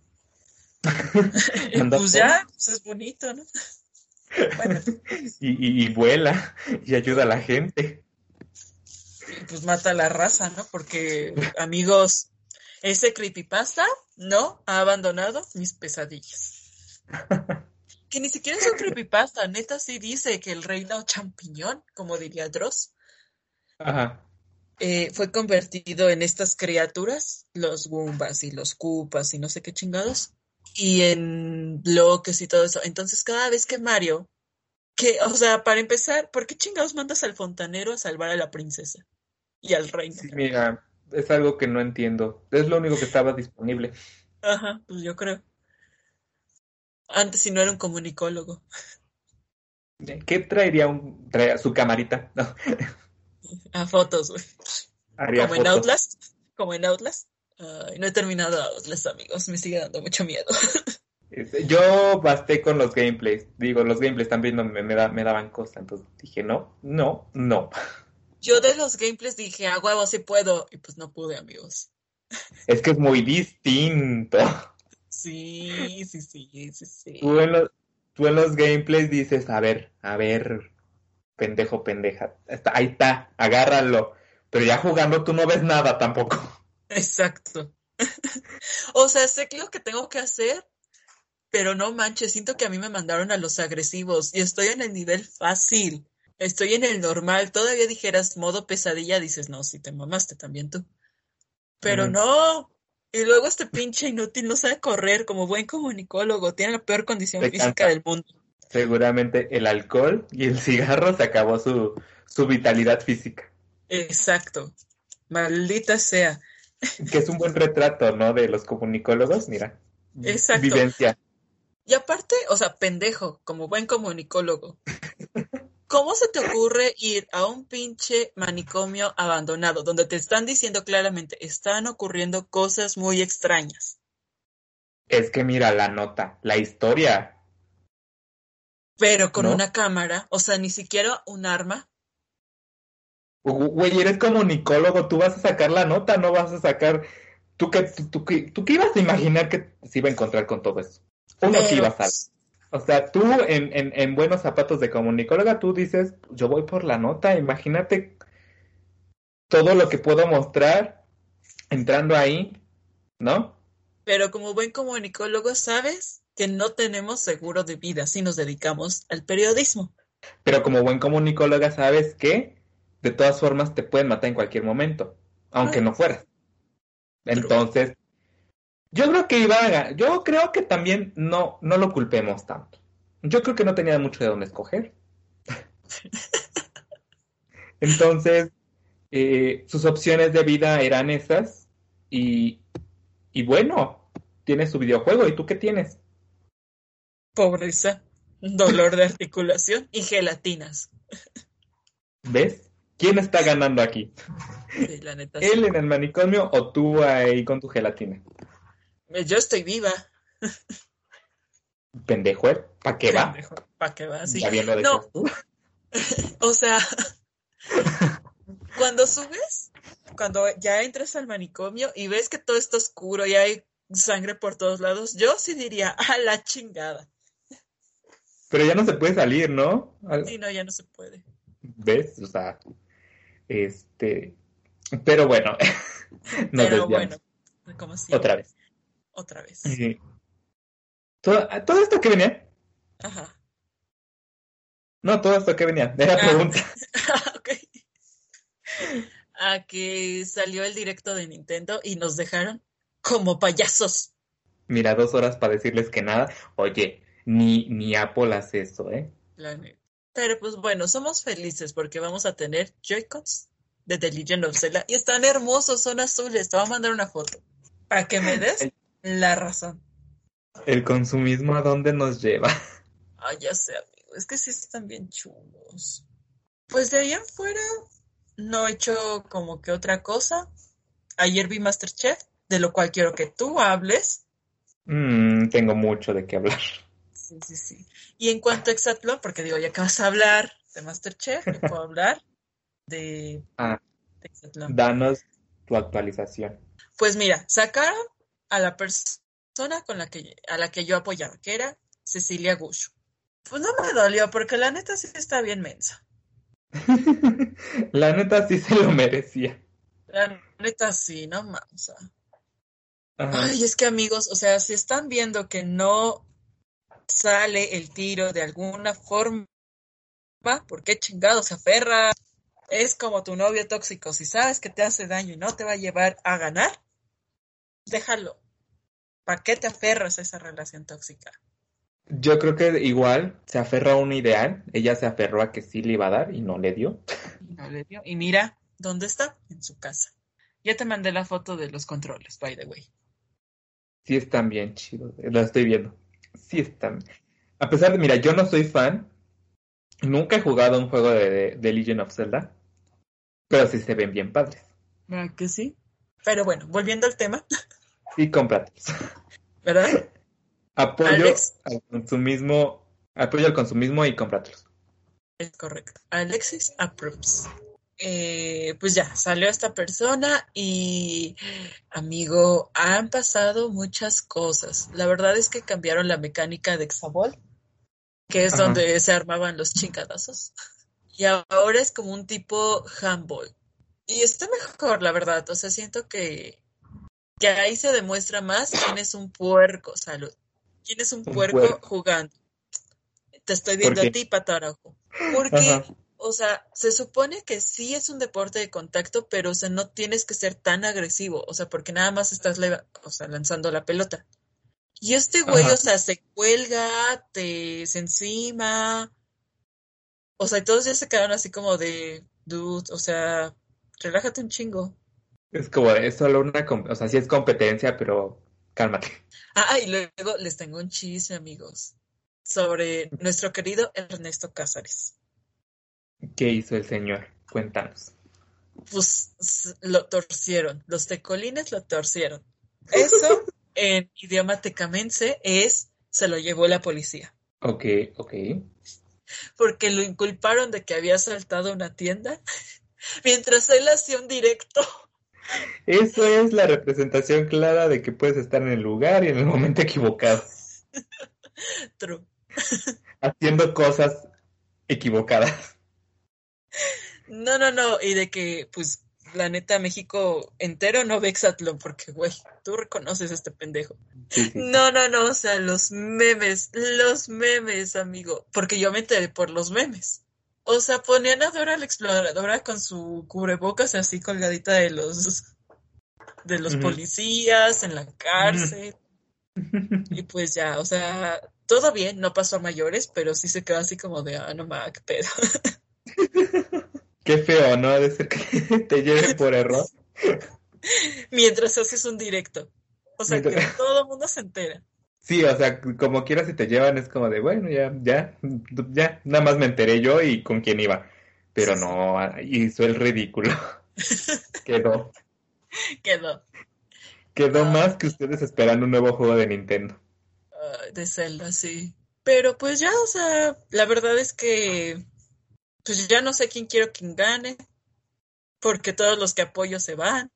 Y Anda pues todo. ya, pues es bonito, ¿no? Bueno, Y, y, y vuela y ayuda a la gente. y pues mata a la raza, ¿no? Porque, amigos, ese creepypasta no ha abandonado mis pesadillas. Que ni siquiera es un creepypasta, neta sí dice que el reino champiñón, como diría Dross, Ajá. eh, fue convertido en estas criaturas, los Goombas y los Koopas y no sé qué chingados, y en bloques y todo eso. Entonces, cada vez que Mario, que, o sea, para empezar, ¿por qué chingados mandas al fontanero a salvar a la princesa y al reino? Sí, mira, es algo que no entiendo. Es lo único que estaba disponible. Ajá, pues yo creo. Antes si no era un comunicólogo. ¿Qué traería un traía su camarita? No, A fotos, güey. haría Como en fotos. Outlast. Como en Outlast. Ay, no he terminado Outlast, amigos. Me sigue dando mucho miedo. Este, yo basté con los gameplays. Digo, los gameplays también no me, me, da- me daban cosa. Entonces dije, no, no, no. Yo de los gameplays dije, a huevo, sí puedo. Y pues no pude, amigos. Es que es muy distinto. Sí, sí, sí, sí, Tú sí. en los, tú en los gameplays dices, a ver, a ver, pendejo, pendeja. Está- ahí está, agárralo. Pero ya jugando tú no ves nada tampoco. Exacto. O sea, sé que lo que tengo que hacer, pero no manches, siento que a mí me mandaron a los agresivos y estoy en el nivel fácil. estoy en el normal, todavía dijeras modo pesadilla, dices, no, si te mamaste también tú. Pero Mm, no. Y luego este pinche inútil no sabe correr como buen comunicólogo, tiene la peor condición Se física cansa. del mundo. Seguramente el alcohol y el cigarro se acabó su, su vitalidad física. Exacto. Maldita sea. Que es un buen retrato, ¿no? De los comunicólogos, mira. Exacto. Vivencia. Y aparte, o sea, pendejo, como buen comunicólogo. ¿Cómo se te ocurre ir a un pinche manicomio abandonado donde te están diciendo claramente, están ocurriendo cosas muy extrañas? Es que mira la nota, la historia, Pero con ¿no? una cámara, o sea, ni siquiera un arma. Gu- Güey, eres comunicólogo, tú vas a sacar la nota, no vas a sacar... ¿Tú qué, tú, tú qué, tú qué ibas a imaginar que se iba a encontrar con todo eso? Uno que iba Pero, a saber. O sea, tú en, en, en buenos zapatos de comunicóloga, tú dices, yo voy por la nota, imagínate todo lo que puedo mostrar entrando ahí, ¿no? pero como buen comunicólogo, sabes que no tenemos seguro de vida si nos dedicamos al periodismo. Pero como buen comunicóloga, sabes que de todas formas te pueden matar en cualquier momento, aunque True, no fueras. true. Entonces, yo creo que iba a, yo creo que también no, no lo culpemos tanto. Yo creo que no tenía mucho de dónde escoger. Entonces, eh, sus opciones de vida eran esas y, y bueno, tiene su videojuego. ¿Y tú qué tienes? Pobreza, dolor de articulación y gelatinas. ¿Ves? ¿Quién está ganando aquí? Sí, la neta ¿Él sí. en el manicomio o tú ahí con tu gelatina? Yo estoy viva, Pendejo, ¿eh? ¿Para qué va? pendejo, ¿para qué va así? Ya bien lo No, decías tú. o sea, cuando subes, cuando ya entras al manicomio y ves que todo está oscuro y hay sangre por todos lados, yo sí diría, a la chingada. Pero ya no se puede salir, ¿no? Al- Sí, no, ya no se puede. ¿Ves? O sea, este... Pero bueno, nos Pero bueno, desviamos como otra siempre, vez. otra vez. Eh, ¿Todo, todo esto que venía? Ajá. No, todo esto que venía. Era Ah, pregunta. ok. A que salió el directo de Nintendo y nos dejaron como payasos. Mira, dos horas para decirles que nada. Oye, ni, ni Apple hace eso, ¿eh? La neta. Pero pues bueno, somos felices porque vamos a tener Joy-Cons de The Legend of Zelda y están hermosos, son azules. Te voy a mandar una foto para que me des El, la razón. el consumismo a dónde nos lleva. Ay, ya sé, amigo, es que sí están bien chulos. Pues de ahí en fuera no he hecho como que otra cosa. Ayer vi MasterChef, de lo cual quiero que tú hables. Mm, tengo mucho de qué hablar. Sí, sí, sí. Y en cuanto a Exatlón, porque digo, ya que vas a hablar de MasterChef, yo puedo hablar de, Ah, de Exatlón. danos tu actualización. Pues mira, sacaron a la persona con la que, a la que yo apoyaba, que era Cecilia Gushu. Pues no me dolió, porque la neta sí está bien mensa. La neta sí se lo merecía. La neta sí, no más. O sea. Ajá. Ay, es que amigos, o sea, si están viendo que no sale el tiro de alguna forma, ¿por qué chingados se aferra? Es como tu novio tóxico, si sabes que te hace daño y no te va a llevar a ganar, déjalo. ¿Para qué te aferras a esa relación tóxica? Yo creo que igual se aferró a un ideal. Ella se aferró a que sí le iba a dar y no le dio. Y no le dio. Y mira, ¿dónde está? En su casa. Ya te mandé la foto de los controles, by the way. Sí están bien chidos. Lo estoy viendo. Sí están. A pesar de, mira, yo no soy fan. Nunca he jugado un juego de, de, de Legend of Zelda. Pero sí se ven bien padres. ¿Verdad que sí? Pero bueno, volviendo al tema, Sí, cómpratelos. ¿verdad? Apoyo Alex, al consumismo. Apoyo al consumismo y cómpratelos. es correcto. Alexis approves. Eh, pues ya, salió esta persona y, amigo, han pasado muchas cosas. La verdad es que cambiaron la mecánica de Exabol, que es Ajá. donde se armaban los chingadazos, y ahora es como un tipo handball. Y está mejor, la verdad. O sea, siento que, que ahí se demuestra más quién es un puerco, salud. ¿Quién es un Un puerco puerco. jugando? Te estoy ¿Por viendo a qué? ti, patarajo. Porque Ajá. O sea, se supone que sí es un deporte de contacto, pero o sea, no tienes que ser tan agresivo, o sea, porque nada más estás leva- o sea, lanzando la pelota. Y este güey, o Ajá. sea, se cuelga, te se encima, o sea, y todos ya se quedaron así como de, dude, o sea, relájate un chingo. Es como, es solo una, com- o sea, sí es competencia, pero cálmate. Ah, y luego les tengo un chisme, amigos, sobre nuestro querido Ernesto Cázares. ¿Qué hizo el señor? Cuéntanos. Pues s- lo torcieron, los tecolines lo torcieron. Eso en idioma tecamense es se lo llevó la policía, Ok, ok. porque lo inculparon de que había asaltado una tienda mientras él hacía un directo. Eso es la representación clara de que puedes estar en el lugar y en el momento equivocado, True. haciendo cosas equivocadas. No, no, no, y de que, pues, la neta, México entero no ve Exatlón, porque, güey, tú reconoces a este pendejo. Sí, sí, sí. No, no, no, o sea, los memes, los memes, amigo, porque yo me enteré por los memes. O sea, ponían a Dora la Exploradora con su cubrebocas así colgadita de los, de los Ujú. policías en la Ujú. cárcel, y pues ya, o sea, todo bien, no pasó a mayores, pero sí se quedó así como de, ah, no mames, qué pedo. Qué feo, ¿no? Ha de ser que te lleve por error. Mientras haces un directo. O sea, que Mientras- todo el mundo se entera. Sí, o sea, como quieras si te llevan es como de, bueno, ya, ya, ya, nada más me enteré yo y con quién iba. Pero Sí, sí, no, hizo el ridículo. Quedó, quedó. quedó Ah, más que ustedes esperando un nuevo juego de Nintendo. ah, de Zelda, sí. Pero pues ya, o sea, la verdad es que pues ya no sé quién quiero quien gane, porque todos los que apoyo se van.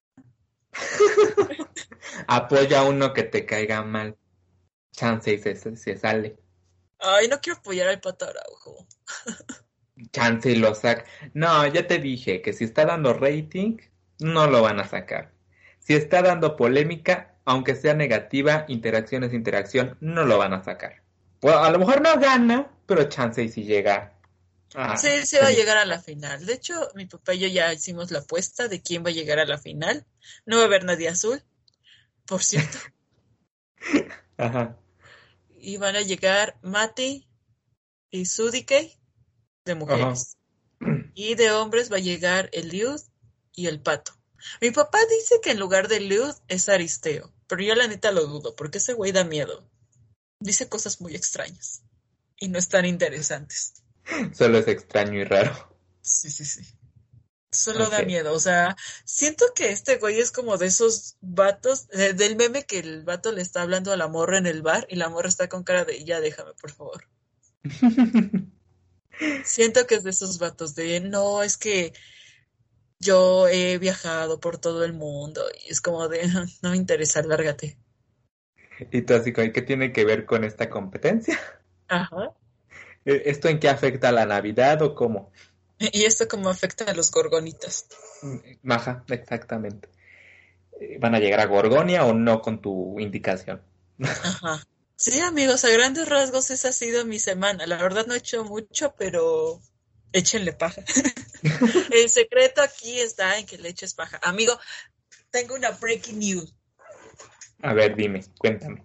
Apoya a uno que te caiga mal. Chance y se, se, se sale. Ay, no quiero apoyar al Pato Araujo. Chance y lo saca. No, ya te dije que si está dando rating, no lo van a sacar. Si está dando polémica, aunque sea negativa, interacción es interacción, no lo van a sacar. Pues a lo mejor no gana, pero chance y si llega a Sí, se va a semi. llegar a la final. De hecho, mi papá y yo ya hicimos la apuesta de quién va a llegar a la final. No va a haber nadie azul, por cierto. Ajá, Y van a llegar Mati y Sudike de ajá. mujeres. Y de hombres va a llegar Eliud y el Pato. Mi papá dice que en lugar de Eliud es Aristeo, pero yo la neta lo dudo, porque ese güey da miedo. Dice cosas muy extrañas y no están interesantes. Solo es extraño y raro. Sí, sí, sí. Solo Ok. da miedo. O sea, siento que este güey es como de esos vatos, eh, del meme que el vato le está hablando a la morra en el bar y la morra está con cara de, ya déjame, por favor. Siento que es de esos vatos de, no, es que yo he viajado por todo el mundo y es como de, no me interesa, lárgate. Y tú así, como, ¿qué tiene que ver con esta competencia? Ajá. ¿E- ¿Esto en qué afecta a la Navidad o cómo? Y esto como afecta a los gorgonitas. Maja, exactamente. Eh, ¿Van a llegar a Gorgonia o no con tu indicación? Ajá. Sí, amigos, a grandes rasgos esa ha sido mi semana. La verdad no he hecho mucho, pero échenle paja. El secreto aquí está en que le eches paja. Amigo, tengo una breaking news. A ver, dime, cuéntame.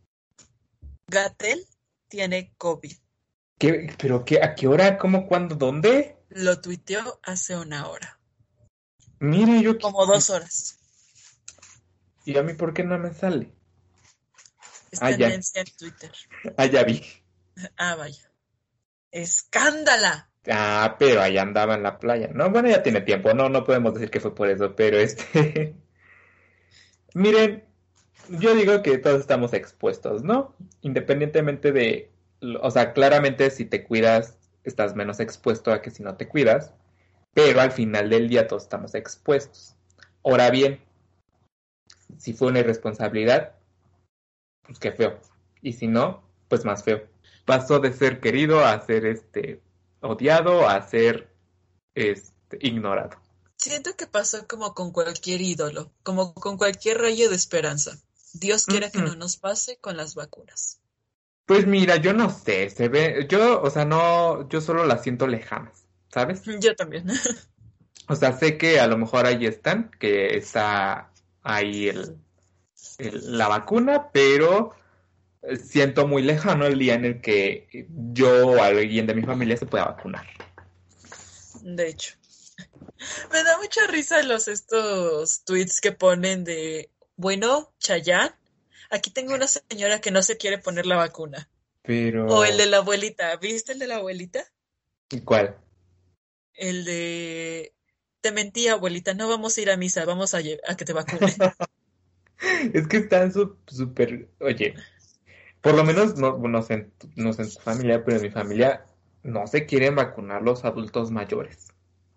Gatel tiene COVID. ¿Qué, pero qué, a qué hora, cómo, cuándo, dónde? Lo tuiteó hace una hora. Mire, yo aquí. Como dos horas. ¿Y a mí por qué no me sale? Es Ah, ya, tendencia en Twitter. ah, ya vi. Ah, vaya. ¡Escándala! Ah, pero allá andaba en la playa. No, bueno, ya tiene tiempo, no, no podemos decir que fue por eso, pero este. Miren, yo digo que todos estamos expuestos, ¿no? Independientemente de, o sea, claramente si te cuidas, estás menos expuesto a que si no te cuidas, pero al final del día todos estamos expuestos. Ahora bien, si fue una irresponsabilidad, pues qué feo. Y si no, pues más feo. Pasó de ser querido a ser este odiado a ser este ignorado. Siento que pasó como con cualquier ídolo, como con cualquier rayo de esperanza. Dios quiera que Mm-mm. no nos pase con las vacunas. Pues mira, yo no sé, se ve, yo, o sea, no, yo solo las siento lejanas. ¿sabes? Yo también. O sea, sé que a lo mejor ahí están, que está ahí el, el- la vacuna, pero eh, siento muy lejano el día en el que yo o alguien de mi familia se pueda vacunar. De hecho. Me da mucha risa los estos tweets que ponen de, bueno, Chayán, aquí tengo una señora que no se quiere poner la vacuna. O el Pero, de la abuelita, ¿viste el de la abuelita? ¿y cuál? El de, te mentí, abuelita, no vamos a ir a misa, vamos a, lle- a que te vacunen. Es que están su- súper, oye, por lo menos no, no sé, en tu- no sé en tu familia, pero en mi familia no se quieren vacunar los adultos mayores.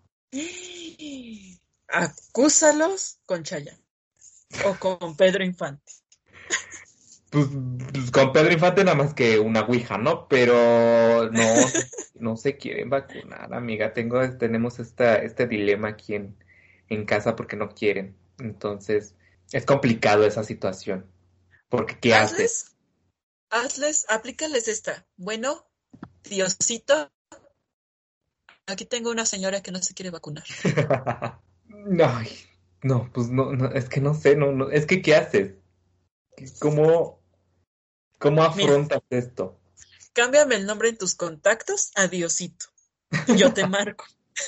Acúsalos con Chayán o con Pedro Infante. Pues, pues, con Pedro Infante nada más que una ouija, ¿no? Pero no, no se quieren vacunar, amiga. Tengo, tenemos esta, este dilema aquí en, en casa porque no quieren. Entonces, es complicado esa situación. Porque, ¿qué haces? Hazles, hazles, aplícales esta. Bueno, Diosito, aquí tengo una señora que no se quiere vacunar. Ay, no, pues no, no, es que no sé, no, no, es que ¿qué haces? ¿Cómo, cómo Mira, afrontas esto? cámbiame el nombre en tus contactos a Diosito y yo te marco.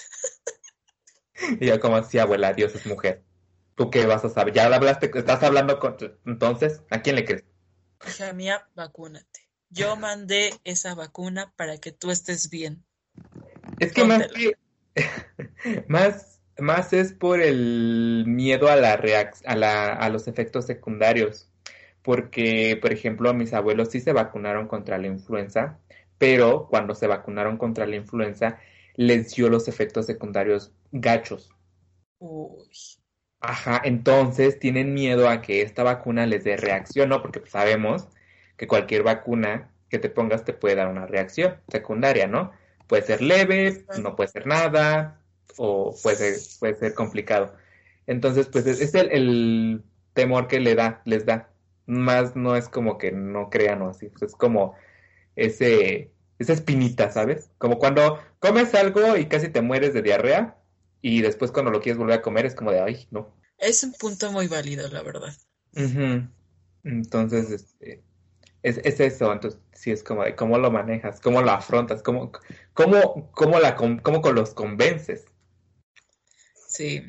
Y ya como así, abuela, Dios es mujer. ¿Tú qué vas a saber? ¿Ya hablaste? ¿Estás hablando con... Entonces, ¿a quién le crees? Hija mía, vacúnate. Yo mandé esa vacuna para que tú estés bien. Es que más Póntela. que... más, más es por el miedo a la reac- a la, a los efectos secundarios. Porque, por ejemplo, mis abuelos sí se vacunaron contra la influenza, pero cuando se vacunaron contra la influenza, les dio los efectos secundarios gachos. Uy, Ajá, entonces tienen miedo a que esta vacuna les dé reacción, ¿no? Porque pues, sabemos que cualquier vacuna que te pongas te puede dar una reacción secundaria, ¿no? Puede ser leve, no puede ser nada, o puede ser, puede ser complicado. Entonces, pues es, es el, el temor que le da, les da. Más no es como que no crean o así, pues, es como ese, esa espinita, ¿sabes? Como cuando comes algo y casi te mueres de diarrea, y después cuando lo quieres volver a comer es como de, ay, no. es un punto muy válido, la verdad. Ujú. Entonces, este, es, es eso, entonces sí es como de cómo lo manejas, cómo lo afrontas, cómo, cómo, cómo la, con- cómo con los convences. Sí.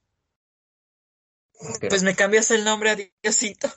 Pero, Pues me cambias el nombre a Diosito.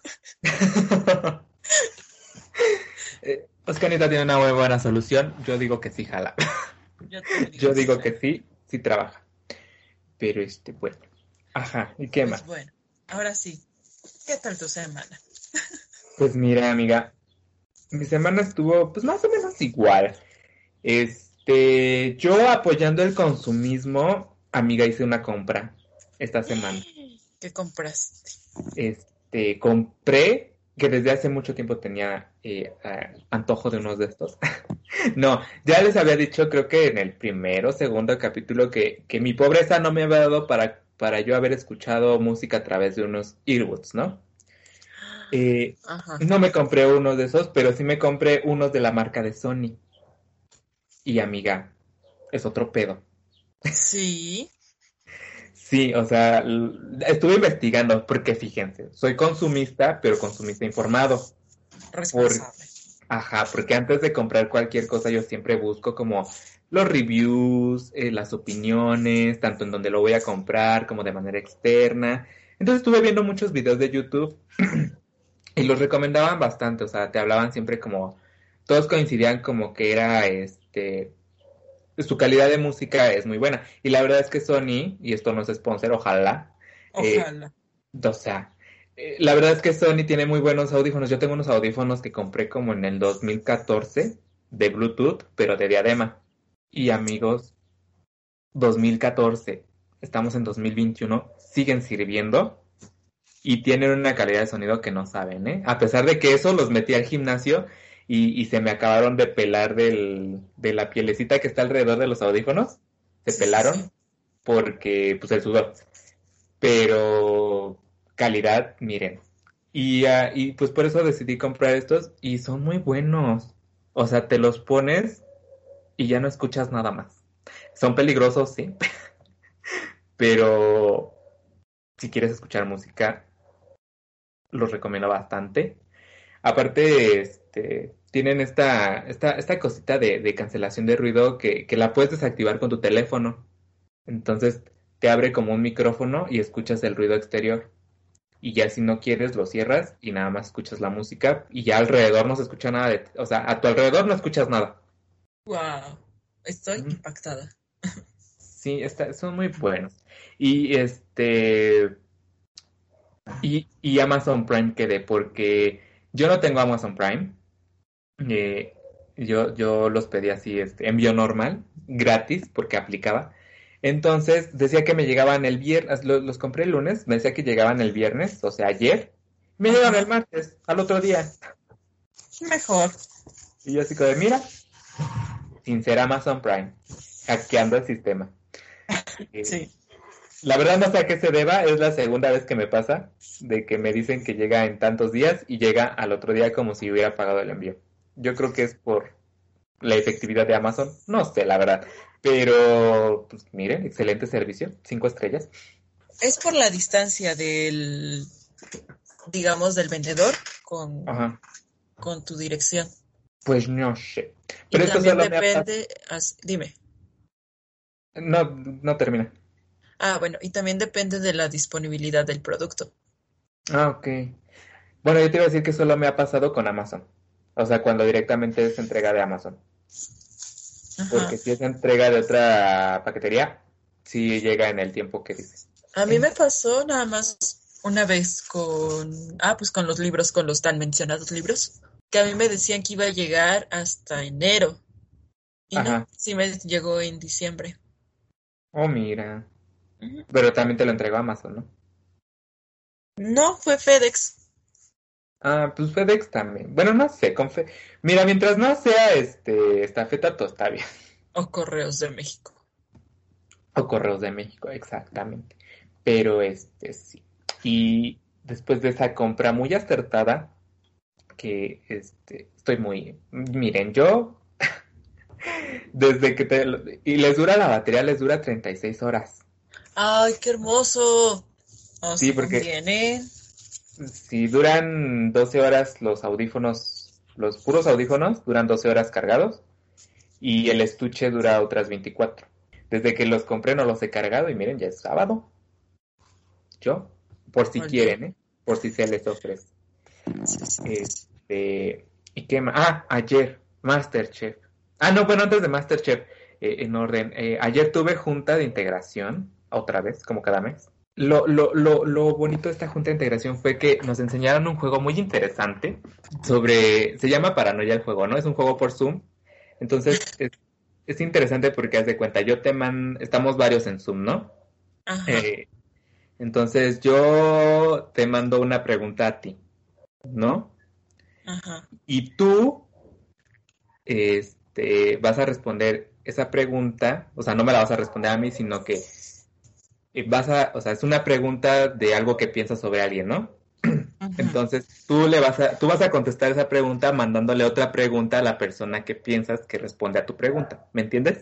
eh, Oscarita tiene una muy buena solución, yo digo que sí jala. Yo también digo Yo que sí, digo que jalo. sí, sí trabaja. Pero este, bueno. Ajá, ¿y qué Pues más? bueno, ahora sí. ¿Qué tal tu semana? Pues mira, amiga, mi semana estuvo pues más o menos igual. Este, yo apoyando el consumismo, amiga, hice una compra esta semana. ¿Qué compraste? Este, compré, que desde hace mucho tiempo tenía eh, a- antojo de unos de estos. No, ya les había dicho, creo que en el primero o segundo capítulo, que, que mi pobreza no me había dado para, para yo haber escuchado música a través de unos earbuds, ¿no? Eh, Ajá. no me compré uno de esos, pero sí me compré unos de la marca de Sony. Y amiga, es otro pedo. Sí, Sí, o sea, l- estuve investigando porque fíjense, soy consumista, pero consumista informado. Por, responsable. ajá, porque antes de comprar cualquier cosa yo siempre busco como los reviews, eh, las opiniones, tanto en donde lo voy a comprar como de manera externa. Entonces estuve viendo muchos videos de YouTube y los recomendaban bastante, o sea, te hablaban siempre como, todos coincidían como que era este su calidad de música es muy buena. Y la verdad es que Sony, y esto no es sponsor, ojalá, eh, Ojalá. o sea, eh, la verdad es que Sony tiene muy buenos audífonos. Yo tengo unos audífonos que compré como en el dos mil catorce de Bluetooth, pero de diadema. Y amigos, dos mil catorce, estamos en dos mil veintiuno, siguen sirviendo y tienen una calidad de sonido que no saben, ¿eh? A pesar de que eso los metí al gimnasio y, y se me acabaron de pelar del, de la pielecita que está alrededor de los audífonos, se Sí, sí, sí. pelaron porque, pues, el sudor. Pero calidad, miren. Y, ah, y pues por eso decidí comprar estos y son muy buenos. O sea, te los pones y ya no escuchas nada más. Son peligrosos, sí, pero si quieres escuchar música, los recomiendo bastante. Aparte, este, tienen esta, esta, esta cosita de, de cancelación de ruido que, que la puedes desactivar con tu teléfono. Entonces te abre como un micrófono y escuchas el ruido exterior. Y ya si no quieres lo cierras y nada más escuchas la música y ya alrededor no se escucha nada de, o sea, a tu alrededor no escuchas nada. Wow, estoy Mm. impactada. Sí, está, son muy buenos. Y este y, y Amazon Prime quedé porque yo no tengo Amazon Prime. Eh, yo, yo los pedí así, este, envío normal, gratis, porque aplicaba. Entonces decía que me llegaban el viernes, los, los compré el lunes, me decía que llegaban el viernes, o sea, ayer. Me llegaron el Ajá, martes, al otro día. mejor. Y yo así como de, mira, sin ser Amazon Prime, hackeando el sistema. Eh, Sí. la verdad no sé a qué se deba, es la segunda vez que me pasa, de que me dicen que llega en tantos días y llega al otro día como si hubiera pagado el envío. Yo creo que es por la efectividad de Amazon, no sé, la verdad. Pero, pues miren, excelente servicio, cinco estrellas. Es por la distancia del, digamos, del vendedor con, Ajá, con tu dirección. pues no sé. Y Pero esto también solo me ha pasado. depende, as- dime. No, no termina. Ah, bueno, y también depende de la disponibilidad del producto. Ah, ok. Bueno, yo te iba a decir que solo me ha pasado con Amazon. O sea, cuando directamente es entrega de Amazon. Ajá. Porque si es entrega de otra paquetería, sí llega en el tiempo que dice. A mí En- me pasó nada más una vez con, ah, pues con los libros, con los tan mencionados libros, que a mí me decían que iba a llegar hasta enero. Y no, Ajá. sí me llegó en diciembre. Oh, mira. Ujú. Pero también te lo entregó Amazon, ¿no? No, fue FedEx Ah, pues FedEx también. Bueno, no sé, con Fe- Mira, mientras no sea este estafeta, todo está bien. o Correos de México. O Correos de México, exactamente. Pero este sí. Y después de esa compra muy acertada, que este estoy muy. Miren, yo desde que te. Y les dura la batería, les dura treinta y seis horas. ¡Ay, qué hermoso! Oh, Sí, sí porque conviene. si duran doce horas los audífonos, los puros audífonos, duran doce horas cargados. Y el estuche dura otras veinticuatro. Desde que los compré no los he cargado y miren, ya es sábado. Yo, por si Oye, quieren, ¿eh? Por si se les ofrece. sí, sí, sí. Este, ¿y qué más? Ah, ayer, MasterChef. Ah, no, bueno, antes de MasterChef, eh, en orden. Eh, ayer tuve junta de integración, otra vez, como cada mes. Lo, lo, lo, lo bonito de esta junta de integración fue que nos enseñaron un juego muy interesante sobre, se llama Paranoia el juego, ¿no? Es un juego por Zoom. Entonces, es, es interesante porque haz de cuenta, yo te mando, estamos varios en Zoom, ¿no? Ajá, Eh, entonces, yo te mando una pregunta a ti, ¿no? ajá. Y tú, este, vas a responder esa pregunta, o sea, no me la vas a responder a mí, sino que eh, vas a, o sea, es una pregunta de algo que piensas sobre alguien, ¿no? Ujú. Entonces, tú le vas a, tú vas a contestar esa pregunta mandándole otra pregunta a la persona que piensas que responde a tu pregunta, ¿me entiendes?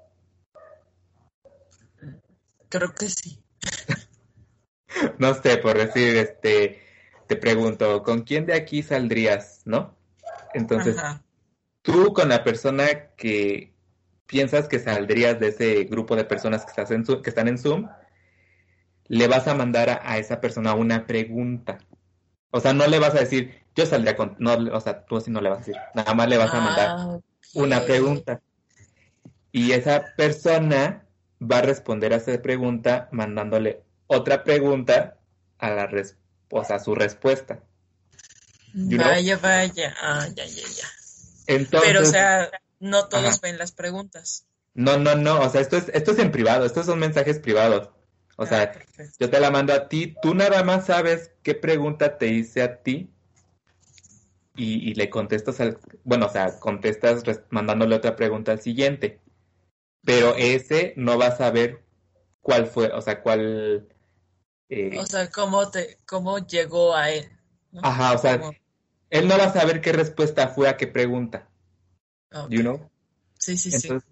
Creo que sí. No sé, por decir, este, te pregunto, ¿con quién de aquí saldrías, no? Entonces, Ajá. tú con la persona que piensas que saldrías de ese grupo de personas que, estás en Zoom- que están en Zoom, le vas a mandar a, a esa persona una pregunta. O sea, no le vas a decir, yo saldría con, no, o sea, tú así no le vas a decir, nada más le vas a mandar Ah, una ok. pregunta. Y esa persona va a responder a esa pregunta mandándole otra pregunta a la res- o sea, su respuesta. You know? Vaya, vaya. Ah, ya, ya, ya. Pero, o Entonces, sea, no ajá. todos ven las preguntas. No, no, no, o sea, esto es, esto es en privado, estos son mensajes privados. O Ah, sea, perfecto. yo te la mando a ti, tú nada más sabes qué pregunta te hice a ti y, y le contestas al, bueno, o sea, contestas res- mandándole otra pregunta al siguiente, pero Ya. ese no va a saber cuál fue, o sea, cuál, O eh, sea, cómo te, cómo llegó a él, ¿no? ajá, o sea, Como, él no va a saber qué respuesta fue a qué pregunta, you ok. know? Sí, sí, sí. Entonces,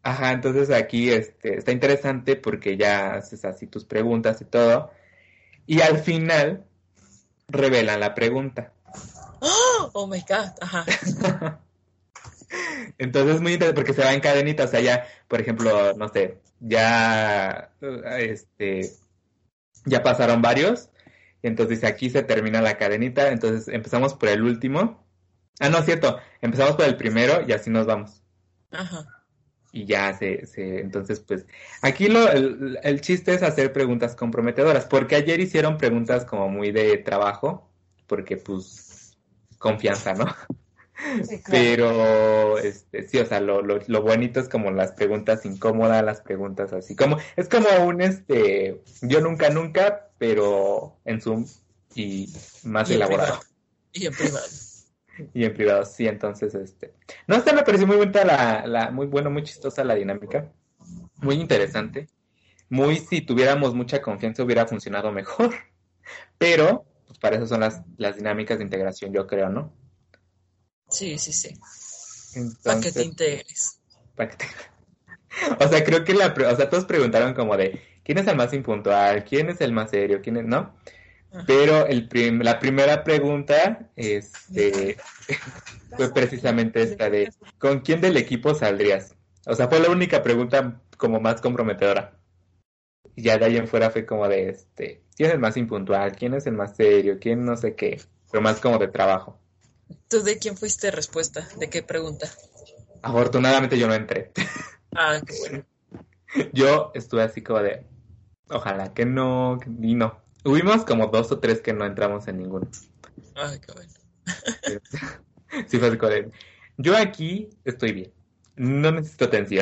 Ajá, entonces aquí este, está interesante porque ya haces así tus preguntas y todo. Y al final revelan la pregunta. ¡Oh! Oh my God, ajá. Entonces es muy interesante porque se va en cadenita, o sea, ya, por ejemplo, no sé, ya, este, ya pasaron varios, y entonces dice, aquí se termina la cadenita, entonces empezamos por el último. Ah, no, es cierto, empezamos por el primero y así nos vamos. Ajá. Y ya se, se entonces pues, aquí lo, el, el chiste es hacer preguntas comprometedoras, porque ayer hicieron preguntas como muy de trabajo, porque pues, confianza, ¿no? Sí, claro. Pero, este, sí, o sea, lo, lo, lo bonito es como las preguntas incómodas, las preguntas así, como, es como un, este, yo nunca, nunca, pero en Zoom y más Y en elaborado. privado. Y en privado. Y en privado, sí, entonces, este, no sé, me pareció muy bonita la, la, muy bueno, muy chistosa la dinámica, muy interesante, muy, si tuviéramos mucha confianza hubiera funcionado mejor, pero, pues para eso son las, las dinámicas de integración, yo creo, ¿no? Sí, sí, sí. Para que te Entonces, integres. para que te O sea, creo que la, pre- o sea, todos preguntaron como de quién es el más impuntual, quién es el más serio, quién es, ¿no? Ajá. Pero el prim- la primera pregunta, este, fue precisamente esta de ¿con quién del equipo saldrías? O sea, fue la única pregunta como más comprometedora. Y ya de ahí en fuera fue como de este, ¿quién es el más impuntual? ¿Quién es el más serio? ¿Quién no sé qué? Pero más como de trabajo. ¿Tú de quién fuiste respuesta? ¿De qué pregunta? Afortunadamente yo no entré. Ah, qué bueno. Yo estuve así como de, ojalá que no, que- y no. Hubimos como dos o tres que no entramos en ninguno. Ah, qué bueno. Sí, fue así como de, yo aquí estoy bien. No necesito atención.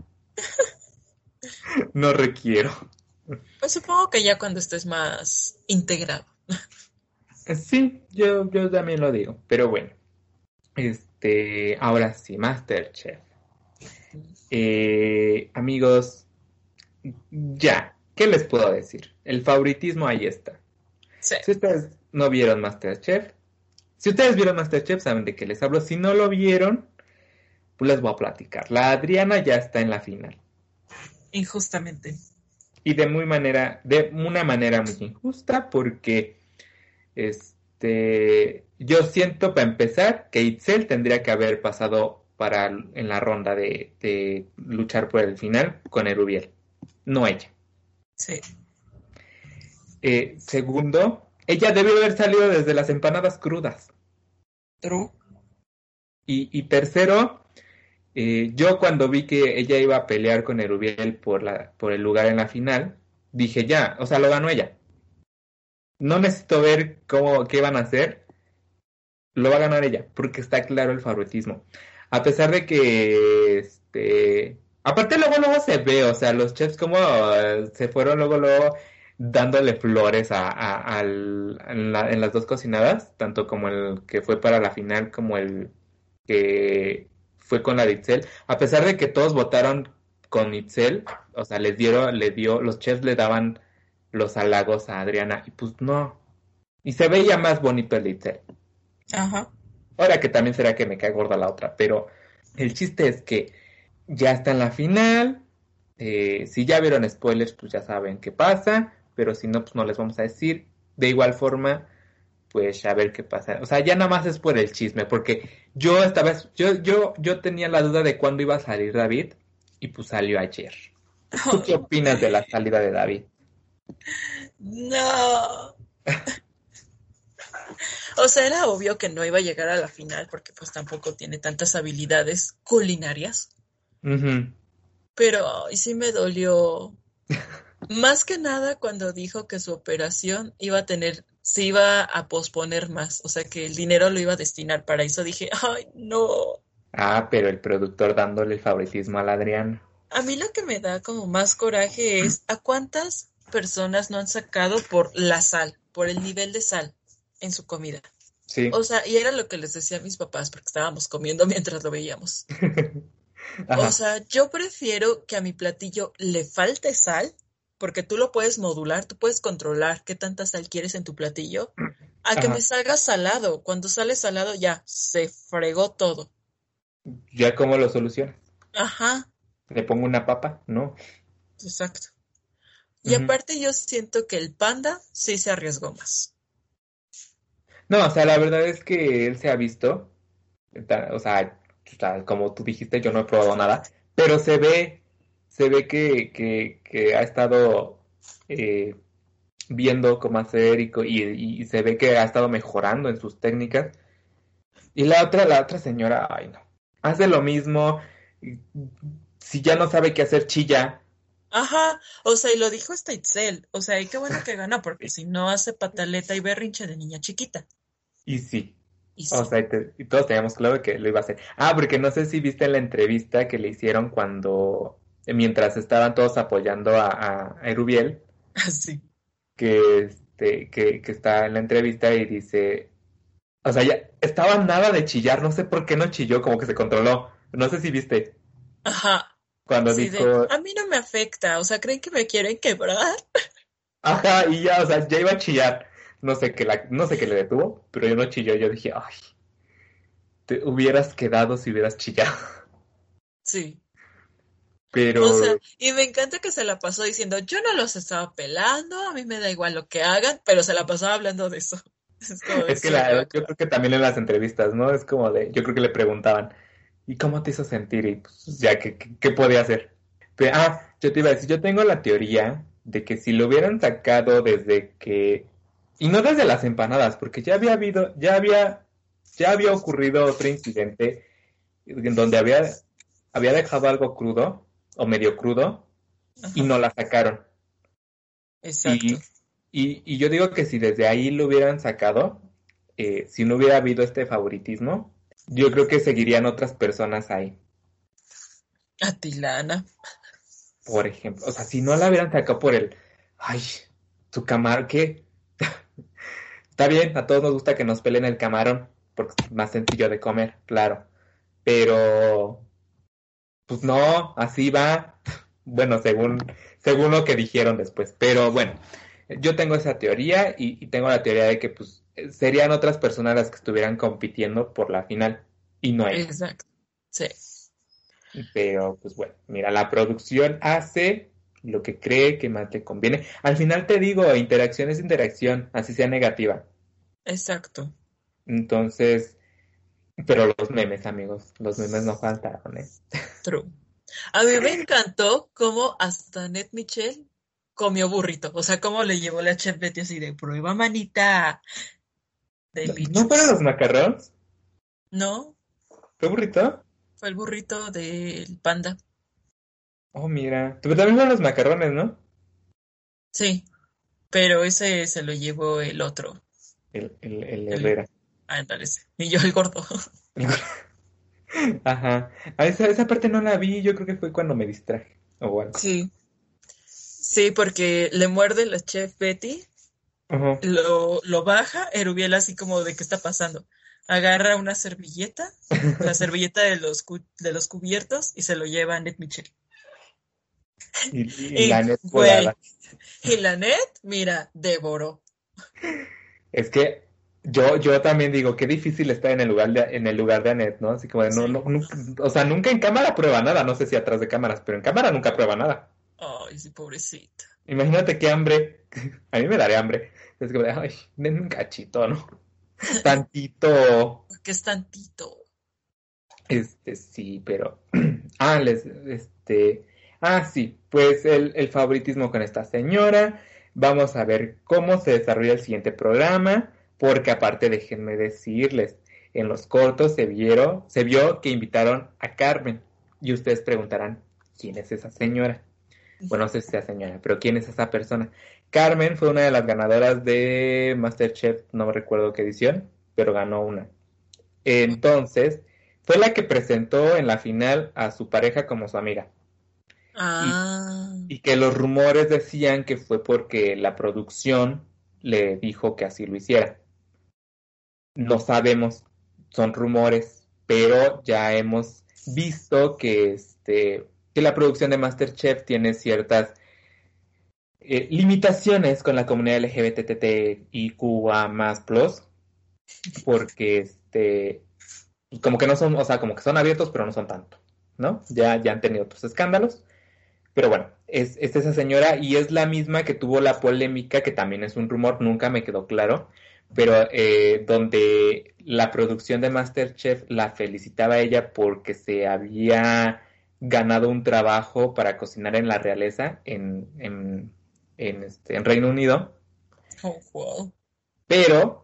No requiero. Pues supongo que ya cuando estés más integrado. Sí, yo, yo también lo digo. Pero bueno, este, ahora sí, MasterChef. Eh, amigos, ya, ¿qué les puedo decir? El favoritismo ahí está. Sí. Si ustedes no vieron MasterChef, si ustedes vieron MasterChef, saben de qué les hablo. Si no lo vieron, pues les voy a platicar. La Adriana ya está en la final. Injustamente. Y de muy manera, de una manera muy injusta, porque este yo siento para empezar que Itzel tendría que haber pasado para en la ronda de, de luchar por el final con Erubiel, no ella. Sí. Eh, segundo, ella debió haber salido desde las empanadas crudas. True. Y, y tercero, Eh, yo cuando vi que ella iba a pelear con Erubiel por la, por el lugar en la final, dije ya, o sea, lo ganó ella. No necesito ver cómo, qué van a hacer, lo va a ganar ella, porque está claro el favoritismo. A pesar de que, este, aparte luego luego se ve, o sea, los chefs como eh, se fueron luego luego dándole flores a, a- al- en, la- en las dos cocinadas, tanto como el que fue para la final como el que fue con la de Itzel, a pesar de que todos votaron con Itzel, o sea, les dieron, le dio, los chefs le daban los halagos a Adriana, y pues no, y se veía más bonito el de Itzel. Ajá. Ahora que también será que me cae gorda la otra, pero el chiste es que ya está en la final, eh, si ya vieron spoilers, pues ya saben qué pasa, pero si no, pues no les vamos a decir. De igual forma, pues a ver qué pasa. O sea, ya nada más es por el chisme, porque yo esta vez, yo, yo, yo tenía la duda de cuándo iba a salir David, y pues salió ayer. ¿Tú qué opinas de la salida de David? No. O sea, era obvio que no iba a llegar a la final porque pues tampoco tiene tantas habilidades culinarias. Ujú. Pero ay, sí me dolió. Más que nada cuando dijo que su operación iba a tener, se iba a posponer más. O sea, que el dinero lo iba a destinar para eso. Dije, ay, no. Ah, pero el productor dándole el favoritismo al Adrián. A mí lo que me da como más coraje es a cuántas personas no han sacado por la sal, por el nivel de sal en su comida. Sí. O sea, y era lo que les decía a mis papás porque estábamos comiendo mientras lo veíamos. O Ajá, sea, yo prefiero que a mi platillo le falte sal, porque tú lo puedes modular, tú puedes controlar qué tanta sal quieres en tu platillo, a que me ajá. salga salado. Cuando sale salado ya se fregó todo. ¿Ya cómo lo solucionas? Ajá. le pongo una papa, ¿no? Exacto. Y Ujú. aparte yo siento que el panda sí se arriesgó más. No, o sea, la verdad es que él se ha visto, ta- o sea, o sea, como tú dijiste, yo no he probado nada, pero se ve, se ve que, que, que ha estado eh, viendo cómo hacer y, co- y, y se ve que ha estado mejorando en sus técnicas. Y la otra, la otra señora, ay no, hace lo mismo, y si ya no sabe qué hacer, chilla. Ajá, o sea, y lo dijo hasta Itzel. O sea, y qué bueno que ganó, porque si no hace pataleta y berrinche de niña chiquita. Y sí, Y o sí. sea, y, te- y todos teníamos claro que lo iba a hacer. Ah, porque no sé si viste la entrevista que le hicieron cuando, mientras estaban todos apoyando a, a, a Erubiel, Así. que, este, que, que está en la entrevista y dice, o sea, ya estaba nada de chillar, no sé por qué no chilló, como que se controló. No sé si viste Ajá. cuando Sí, de, dijo, a mí no me afecta. O sea, ¿creen que me quieren quebrar? ajá, y ya, o sea, ya iba a chillar. No sé qué la, no sé qué le detuvo, pero yo no chilló. Yo dije, ay, te hubieras quedado si hubieras chillado. Sí. O sea, Pero y me encanta que se la pasó diciendo, yo no los estaba pelando, a mí me da igual lo que hagan, pero se la pasaba hablando de eso. Es como de es que sí, la, amiga, yo claro. creo que también en las entrevistas, ¿no? Es como de, yo creo que le preguntaban, ¿y cómo te hizo sentir? Y pues ya, ¿qué, qué, qué podía hacer? Pero, ah, yo te iba a decir, yo tengo la teoría de que si lo hubieran sacado desde que, y no desde las empanadas, porque ya había habido, ya había, ya había ocurrido otro incidente en donde había, había dejado algo crudo, o medio crudo, y Ajá, no la sacaron. Y, exacto, y, y yo digo que si desde ahí lo hubieran sacado, eh, si no hubiera habido este favoritismo, yo creo que seguirían otras personas ahí, Atilana. por ejemplo. O sea, si no la hubieran sacado por el, ay, tu camarón, ¿qué? Está bien, a todos nos gusta que nos peleen el camarón, porque es más sencillo de comer, claro. Pero, pues no, así va. Bueno, según, según lo que dijeron después. Pero bueno, yo tengo esa teoría y, y tengo la teoría de que pues serían otras personas las que estuvieran compitiendo por la final y no ella. Exacto, sí, Pero pues bueno, mira, la producción hace lo que cree que más le conviene. Al final te digo, interacción es interacción, así sea negativa. exacto, Entonces, pero los memes, amigos, los memes no faltaron, ¿eh? true. A mí me encantó cómo hasta Ned Michel comió burrito, o sea, cómo le llevó la chef Betty así de prueba manita, ¿No, no fueron delicious. los macarrones? No, ¿Fue burrito? fue el burrito del panda. Oh, mira. Pero también fueron los macarrones, ¿no? Sí, pero ese se lo llevó el otro, El, el, el el, Herrera. ah, tal ese, y yo el gordo. Ajá. A esa, esa parte no la vi, yo creo que fue cuando me distraje o algo. Sí, sí, porque le muerde la chef Betty, Ajá. lo, lo baja, Erubiel así como de qué está pasando. Agarra una servilleta, la servilleta de los, cu- de los cubiertos y se lo lleva a Ned Michel. Y, y Y, la net volada. güey, y la Ned, mira, devoró. Es que yo, yo también digo, qué difícil estar en el lugar de, en el lugar de Annette, ¿no? Así como de, no, Sí. no, nunca- o sea, nunca en cámara prueba nada, no sé si atrás de cámaras, pero en cámara nunca prueba nada. Ay, sí, pobrecita. Imagínate qué hambre. A mí me daría hambre. Es como de, ay, denme un cachito, ¿no? Tantito. Porque es tantito. Este, sí, pero. Ah, les, este. Ah, sí, pues el, el favoritismo con esta señora. Vamos a ver cómo se desarrolla el siguiente programa. Porque aparte, déjenme decirles, en los cortos se vieron, se vio que invitaron a Carmen. Y ustedes preguntarán, ¿quién es esa señora? Bueno, no sé si sea señora, pero ¿quién es esa persona? Carmen fue una de las ganadoras de MasterChef, no me recuerdo qué edición, pero ganó una. Entonces, fue la que presentó en la final a su pareja como su amiga. Y, Ah, y que los rumores decían que fue porque la producción le dijo que así lo hiciera. No sabemos, son rumores, pero ya hemos visto que, este, que la producción de MasterChef tiene ciertas eh, limitaciones con la comunidad L G B T T I Q A más plus, porque este, como que no son, o sea, como que son abiertos, pero no son tanto. ¿no? Ya, ya han tenido otros escándalos. Pero bueno, es, es esa señora y es la misma que tuvo la polémica, que también es un rumor, nunca me quedó claro, pero eh, donde la producción de MasterChef la felicitaba a ella porque se había ganado un trabajo para cocinar en la realeza en, en, en, este, en Reino Unido, Oh, wow. pero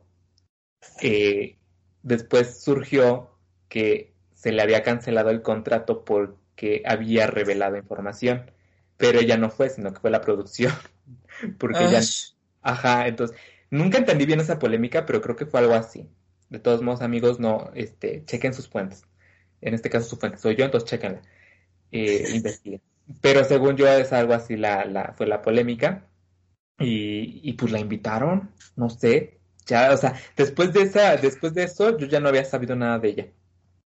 eh, después surgió que se le había cancelado el contrato porque había revelado información, pero ella no fue, sino que fue la producción, porque ella, Ash. ajá, entonces, nunca entendí bien esa polémica, pero creo que fue algo así. De todos modos, amigos, no, este, chequen sus fuentes. En este caso su fuente soy yo, entonces chequenla, eh, investiguen. Pero según yo es algo así la, la, fue la polémica. Y, y pues la invitaron, no sé, ya, o sea, después de esa, después de eso, yo ya no había sabido nada de ella.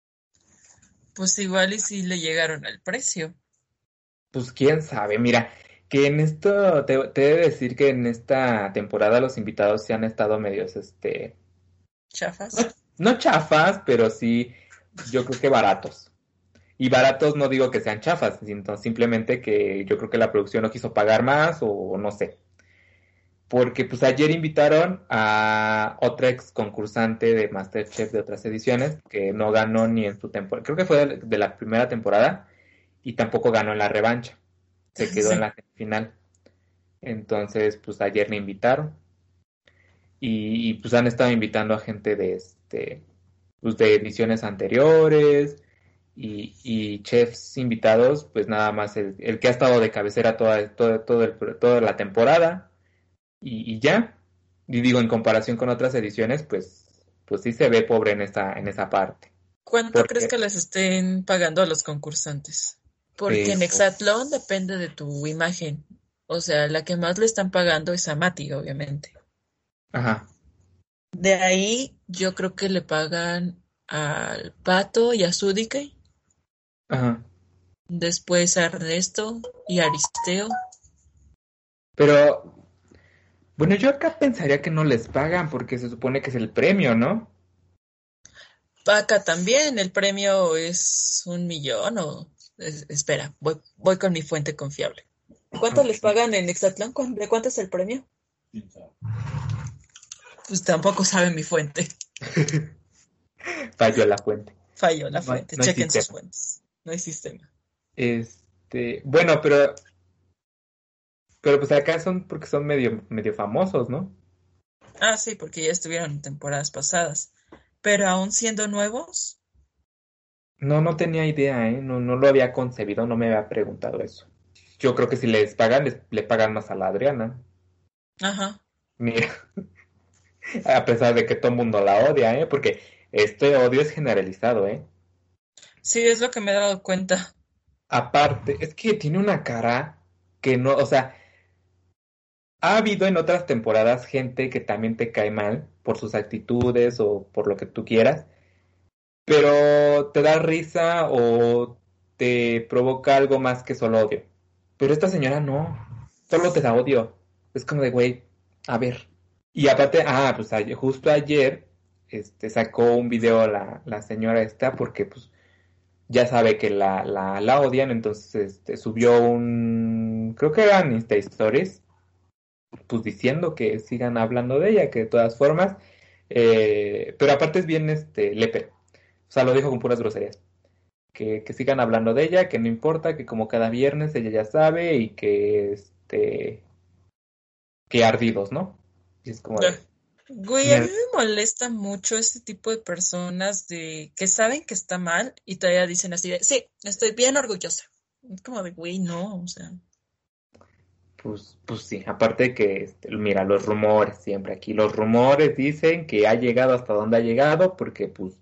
Pues igual y si le llegaron al precio. Pues quién sabe, mira, que en esto, te, te he de decir que en esta temporada los invitados sí han estado medios, este, no, Chafas. no chafas, pero sí, yo creo que baratos. Y baratos no digo que sean chafas, sino simplemente que yo creo que la producción no quiso pagar más o no sé. Porque pues ayer invitaron a otra ex concursante de MasterChef de otras ediciones que no ganó ni en su temporada, creo que fue de, de la primera temporada y tampoco ganó en la revancha, se quedó en Sí. la final. Entonces pues ayer le invitaron y, y, pues han estado invitando a gente de este pues de ediciones anteriores y, y chefs invitados, pues nada más el, el que ha estado de cabecera toda, toda, todo el- toda la temporada y, y ya. Y digo, en comparación con otras ediciones, pues, pues sí se ve pobre en esa, en esa parte. ¿Cuánto crees Porque, que les estén pagando a los concursantes? Porque eh, en pues, Exatlón depende de tu imagen. O sea, la que más le están pagando es a Mati, obviamente. ajá, De ahí yo creo que le pagan al Pato y a Sudique, ajá. después a Ernesto y a Aristeo. Pero, bueno, yo acá pensaría que no les pagan porque se supone que es el premio, ¿no? Paca también, el premio es un millón o... es- espera, voy, voy con mi fuente confiable. ¿Cuánto les Ok. pagan en Exatlón? ¿Cuán- ¿De cuánto es el premio? Pues tampoco sabe mi fuente. Falló la fuente. Falló la No hay, fuente. no hay Chequen sus sistema. fuentes. No hay sistema. Este, bueno, pero, pero pues acá son porque son medio, medio famosos, ¿no? Ah, sí, porque ya estuvieron en temporadas pasadas. Pero aún siendo nuevos, No, no tenía idea, ¿eh? No, no lo había concebido, no me había preguntado eso. Yo creo que si les pagan, les, le pagan más a la Adriana. ajá. Mira, a pesar de que todo el mundo la odia, ¿eh? Porque este odio es generalizado, ¿eh? Sí, es lo que me he dado cuenta. Aparte, es que tiene una cara que no, o sea, ha habido en otras temporadas gente que también te cae mal por sus actitudes o por lo que tú quieras, pero te da risa o te provoca algo más que solo odio. Pero esta señora no, solo te da odio. Es como de, güey, a ver. Y aparte, ah, pues ayer- justo ayer este, sacó un video la, la señora esta porque pues ya sabe que la, la, la odian, entonces este, subió un, creo que eran Insta Stories, pues diciendo que sigan hablando de ella, que de todas formas, eh, pero aparte es bien este, léper, o sea, lo dijo con puras groserías. Que, que sigan hablando de ella, que no importa, que como cada viernes ella ya sabe y que este que ardidos, ¿no? Y es como Ya. de, Güey, a mí mierda, me molesta mucho este tipo de personas de que saben que está mal y todavía dicen así de, sí, estoy bien orgullosa. Es como de, güey, no, o sea. pues, pues sí, aparte que, este, mira, los rumores siempre aquí, los rumores dicen que ha llegado hasta donde ha llegado porque, pues,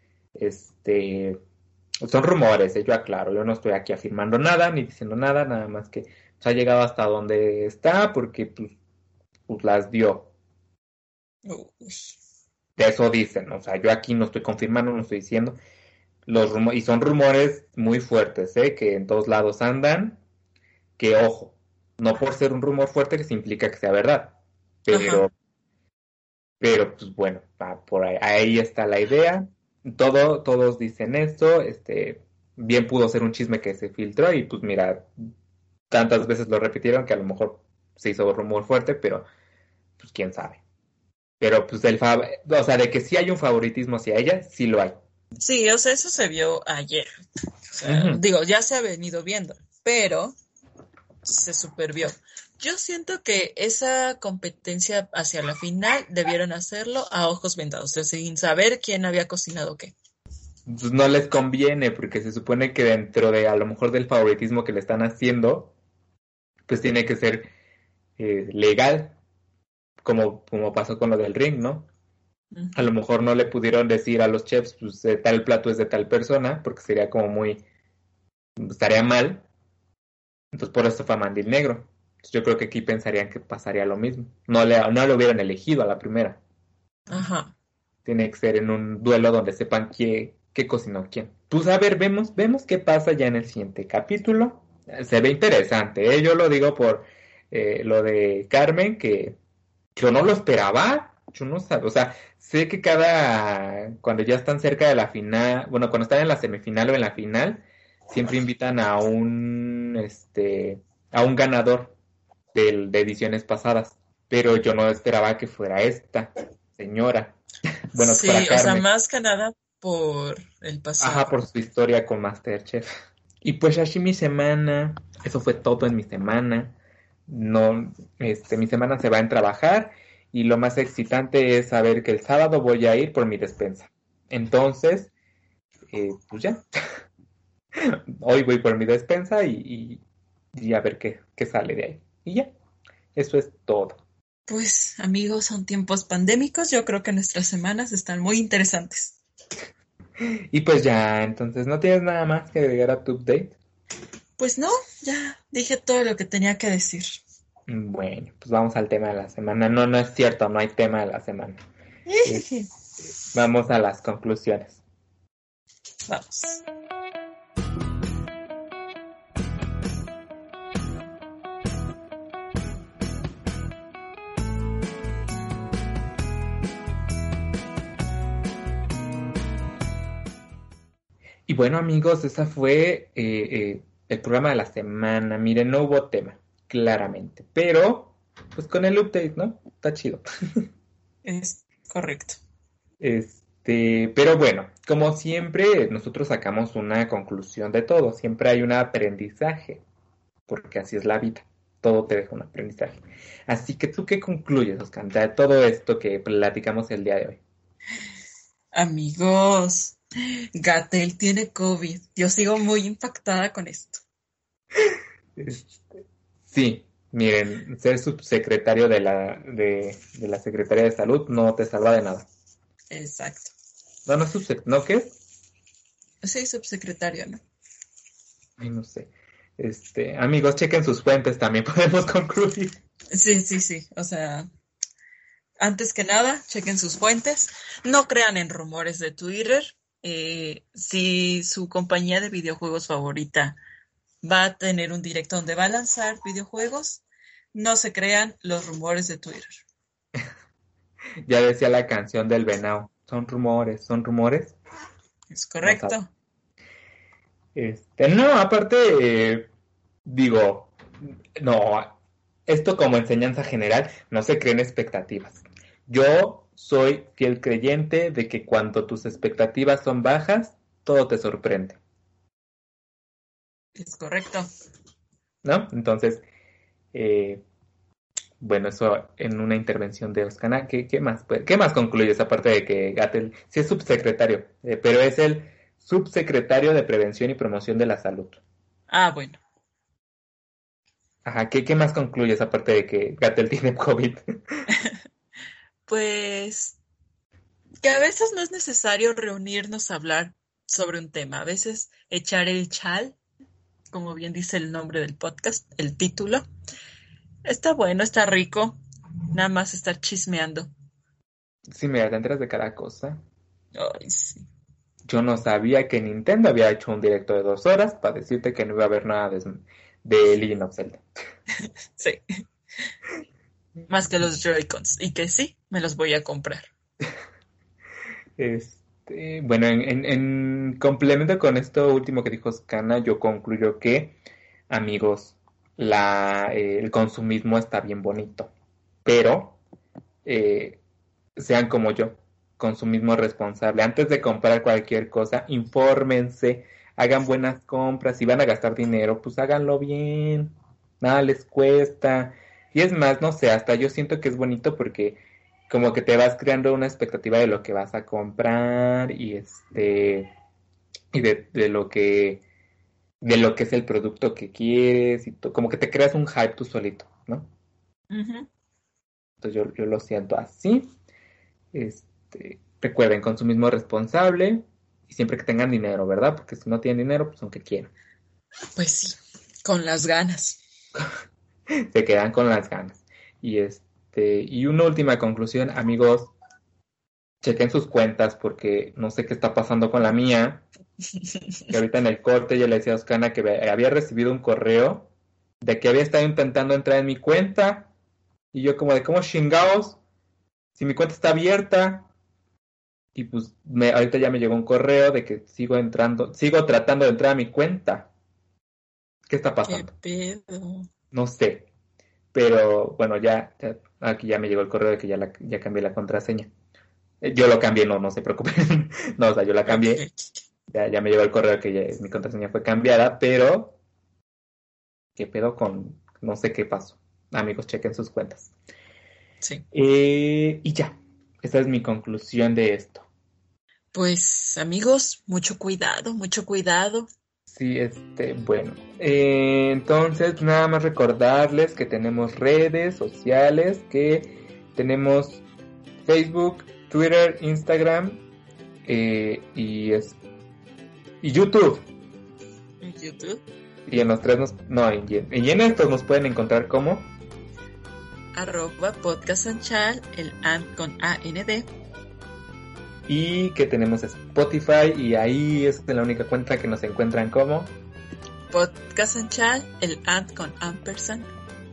este, son rumores, ¿eh? Yo aclaro, yo no estoy aquí afirmando nada ni diciendo nada, nada más que pues, ha llegado hasta donde está porque, pues, pues las dio. Uy. De eso dicen, o sea, yo aquí no estoy confirmando, no estoy diciendo, los rumores, y son rumores muy fuertes, ¿eh? Que en todos lados andan, que ojo, no por ser un rumor fuerte que se implica que sea verdad, Ajá. pero, pero pues bueno, va por ahí, ahí está la idea, todo, todos dicen esto, este, bien pudo ser un chisme que se filtró y pues mira, tantas veces lo repitieron que a lo mejor se hizo rumor fuerte, pero pues quién sabe. Pero pues el fav- o sea, de que sí hay un favoritismo hacia ella, sí lo hay. Sí, o sea, eso se vio ayer. O sea, Ujú. digo, ya se ha venido viendo, pero se supervió. Yo siento que esa competencia hacia la final debieron hacerlo a ojos vendados, o sea, sin saber quién había cocinado qué. Pues no les conviene porque se supone que dentro de a lo mejor del favoritismo que le están haciendo, pues tiene que ser eh, legal, como, como pasó con lo del ring, ¿no? A lo Ujú. mejor no le pudieron decir a los chefs, pues eh, tal plato es de tal persona, porque sería como muy, estaría mal. Entonces por eso fue a Mandil Negro. Entonces, yo creo que aquí pensarían que pasaría lo mismo. No le, no lo hubieran elegido a la primera. Ajá. Tiene que ser en un duelo donde sepan qué, qué cocinó quién. Pues a ver, vemos, vemos qué pasa ya en el siguiente capítulo. Eh, Se ve interesante, ¿eh? Yo lo digo por eh, lo de Carmen, que yo no lo esperaba. Yo no sabía, o sea, sé que cada, cuando ya están cerca de la final, bueno, cuando están en la semifinal o en la final, siempre invitan a un, este, a un ganador del- de ediciones pasadas. Pero yo no esperaba que fuera esta señora. Bueno, que fuera Sí, o sea, Carmen. más que nada por el Ajá, pasado. por su historia con MasterChef. Y pues así mi semana, eso fue todo en mi semana. No, este, mi semana se va en trabajar y lo más excitante es saber que el sábado voy a ir por mi despensa. Entonces, eh, pues ya, hoy voy por mi despensa y, y, y a ver qué, qué sale de ahí. Y ya, eso es todo. Pues, amigos, son tiempos pandémicos. Yo creo que nuestras semanas están muy interesantes. Y pues ya, entonces, ¿no tienes nada más que agregar a tu update? Pues no, ya dije todo lo que tenía que decir. Bueno, pues vamos al tema de la semana. No, no es cierto, no hay tema de la semana. Este, vamos a las conclusiones. Vamos. Y bueno, amigos, esa fue eh, eh, el programa de la semana. Miren, no hubo tema, claramente. Pero, pues con el update, ¿no? Está chido. Es correcto. Este, pero bueno, como siempre, nosotros sacamos una conclusión de todo. Siempre hay un aprendizaje, porque así es la vida. Todo te deja un aprendizaje. Así que tú, ¿qué concluyes, Oscar, de todo esto que platicamos el día de hoy? Amigos, Gatel tiene COVID. Yo sigo muy impactada con esto. Este, sí, miren, ser subsecretario de la, de, de la Secretaría de Salud no te salva de nada. Exacto. No, no es subsec, ¿no qué es? Sí, subsecretario, ¿no? Ay, no sé. Este, amigos, chequen sus fuentes también, podemos concluir. Sí, sí, sí. O sea, antes que nada, chequen sus fuentes. No crean en rumores de Twitter. Eh, si su compañía de videojuegos favorita va a tener un directo donde va a lanzar videojuegos, no se crean los rumores de Twitter. Ya decía la canción del venado. Son rumores, son rumores. Es No sabe. correcto. Este, no, aparte, eh, digo, no, esto como enseñanza general, no se creen expectativas. Yo soy fiel creyente de que cuando tus expectativas son bajas, todo te sorprende, Es correcto. ¿no? Entonces, eh, bueno, eso en una intervención de Oscana, ¿qué, qué más, pues, qué más concluyes aparte de que Gatell sí es subsecretario, eh, pero es el subsecretario de Prevención y Promoción de la Salud? Ah, bueno. Ajá, ¿qué, qué más concluyes aparte de que Gatell tiene COVID? Pues que a veces no es necesario reunirnos a hablar sobre un tema. A veces echar el chal, como bien dice el nombre del podcast, el título, está bueno, está rico. Nada más estar chismeando. Sí, mira, te enteras de cada cosa. Ay, sí. Yo no sabía que Nintendo había hecho un directo de dos horas para decirte que no iba a haber nada de, de Legend of Zelda. Sí, más que los Joy-Cons. Y que sí, me los voy a comprar. Este, este, bueno, en, en, en complemento con esto último que dijo Scana, yo concluyo que, amigos, la, eh, el consumismo está bien bonito, pero eh, sean como yo, consumismo responsable. Antes de comprar cualquier cosa, infórmense, hagan buenas compras. Si van a gastar dinero, pues háganlo bien, nada les cuesta. Y es más, no sé, hasta yo siento que es bonito porque como que te vas creando una expectativa de lo que vas a comprar y este y de, de lo que de lo que es el producto que quieres y to- como que te creas un hype tú solito, ¿no? Ujú. Entonces yo, yo lo siento así. Este, recuerden, consumismo responsable y siempre que tengan dinero, ¿verdad? Porque si no tienen dinero, pues aunque quieran, Pues sí, con las ganas. se quedan con las ganas. Y este, y una última conclusión, amigos, chequen sus cuentas porque no sé qué está pasando con la mía. Que ahorita en el corte yo le decía a Oscana que ve- había recibido un correo de que había estado intentando entrar en mi cuenta y yo como de cómo chingados si mi cuenta está abierta y pues me, ahorita ya me llegó un correo de que sigo entrando, sigo tratando de entrar a mi cuenta. ¿Qué está ¿Qué pasando? pedo? No sé, pero bueno, ya, ya aquí ya me llegó el correo de que ya, la, ya cambié la contraseña. Eh, Yo lo cambié, no, no se preocupen. No, o sea, yo la cambié. Ok. Ya, ya me llegó el correo de que ya mi contraseña fue cambiada, pero ¿qué pedo con? No sé qué pasó. Amigos, chequen sus cuentas. Sí. Eh, y ya, esa es mi conclusión de esto. Pues amigos, mucho cuidado, mucho cuidado. Sí, este, bueno. Eh, entonces, nada más recordarles que tenemos redes sociales, que tenemos Facebook, Twitter, Instagram eh, y, es, y YouTube. En YouTube, Y en los tres nos, no, y en, y en estos nos pueden encontrar como arroba podcast anchal, el and con A N D. y que tenemos Spotify y ahí es la única cuenta que nos encuentran como Podcast anchal, el and con ampersand.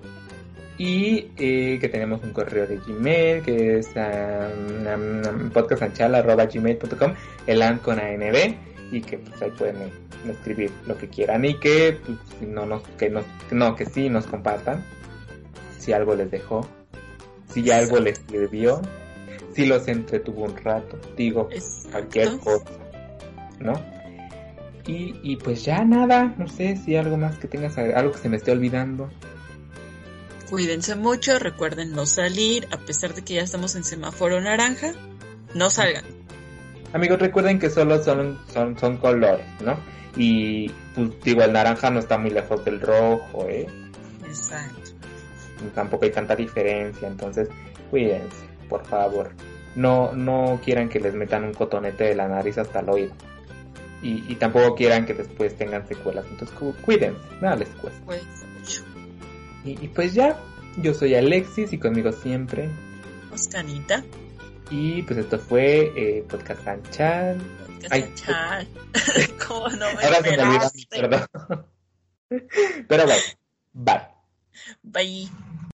y eh, que tenemos un correo de Gmail que es um, um, um, podcastanchal arroba gmail punto com, el and con A N B y que pues ahí pueden eh, escribir lo que quieran y que pues, si no nos que nos no que sí nos compartan si algo les dejó, si algo les sirvió, si los entretuvo un rato, digo, Exacto. cualquier cosa, ¿no? Y, y pues ya nada, no sé si algo más que tengas, algo que se me esté olvidando. Cuídense mucho, recuerden no salir, a pesar de que ya estamos en semáforo naranja, no salgan. Amigos, recuerden que solo son, son, son colores, ¿no? Y pues digo, el naranja no está muy lejos del rojo, ¿eh? Exacto. Tampoco hay tanta diferencia, entonces cuídense, por favor. No, no quieran que les metan un cotonete de la nariz hasta el oído. Y, y tampoco quieran que después tengan secuelas, entonces cu- cuídense, nada les cuesta. Pues mucho. Y, y pues ya, yo soy Alexis y conmigo siempre. Oscanita. Y pues esto fue eh, Podcast Anchal. Podcast Ay, anchal. ¿Cómo no me ahora se me olvidó, esperaste? perdón. Pero bueno, bye. Bye.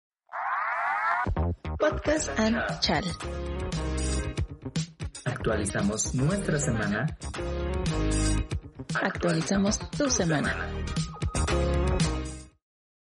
Podcast Anchal. Actualizamos nuestra semana. Actualizamos tu semana.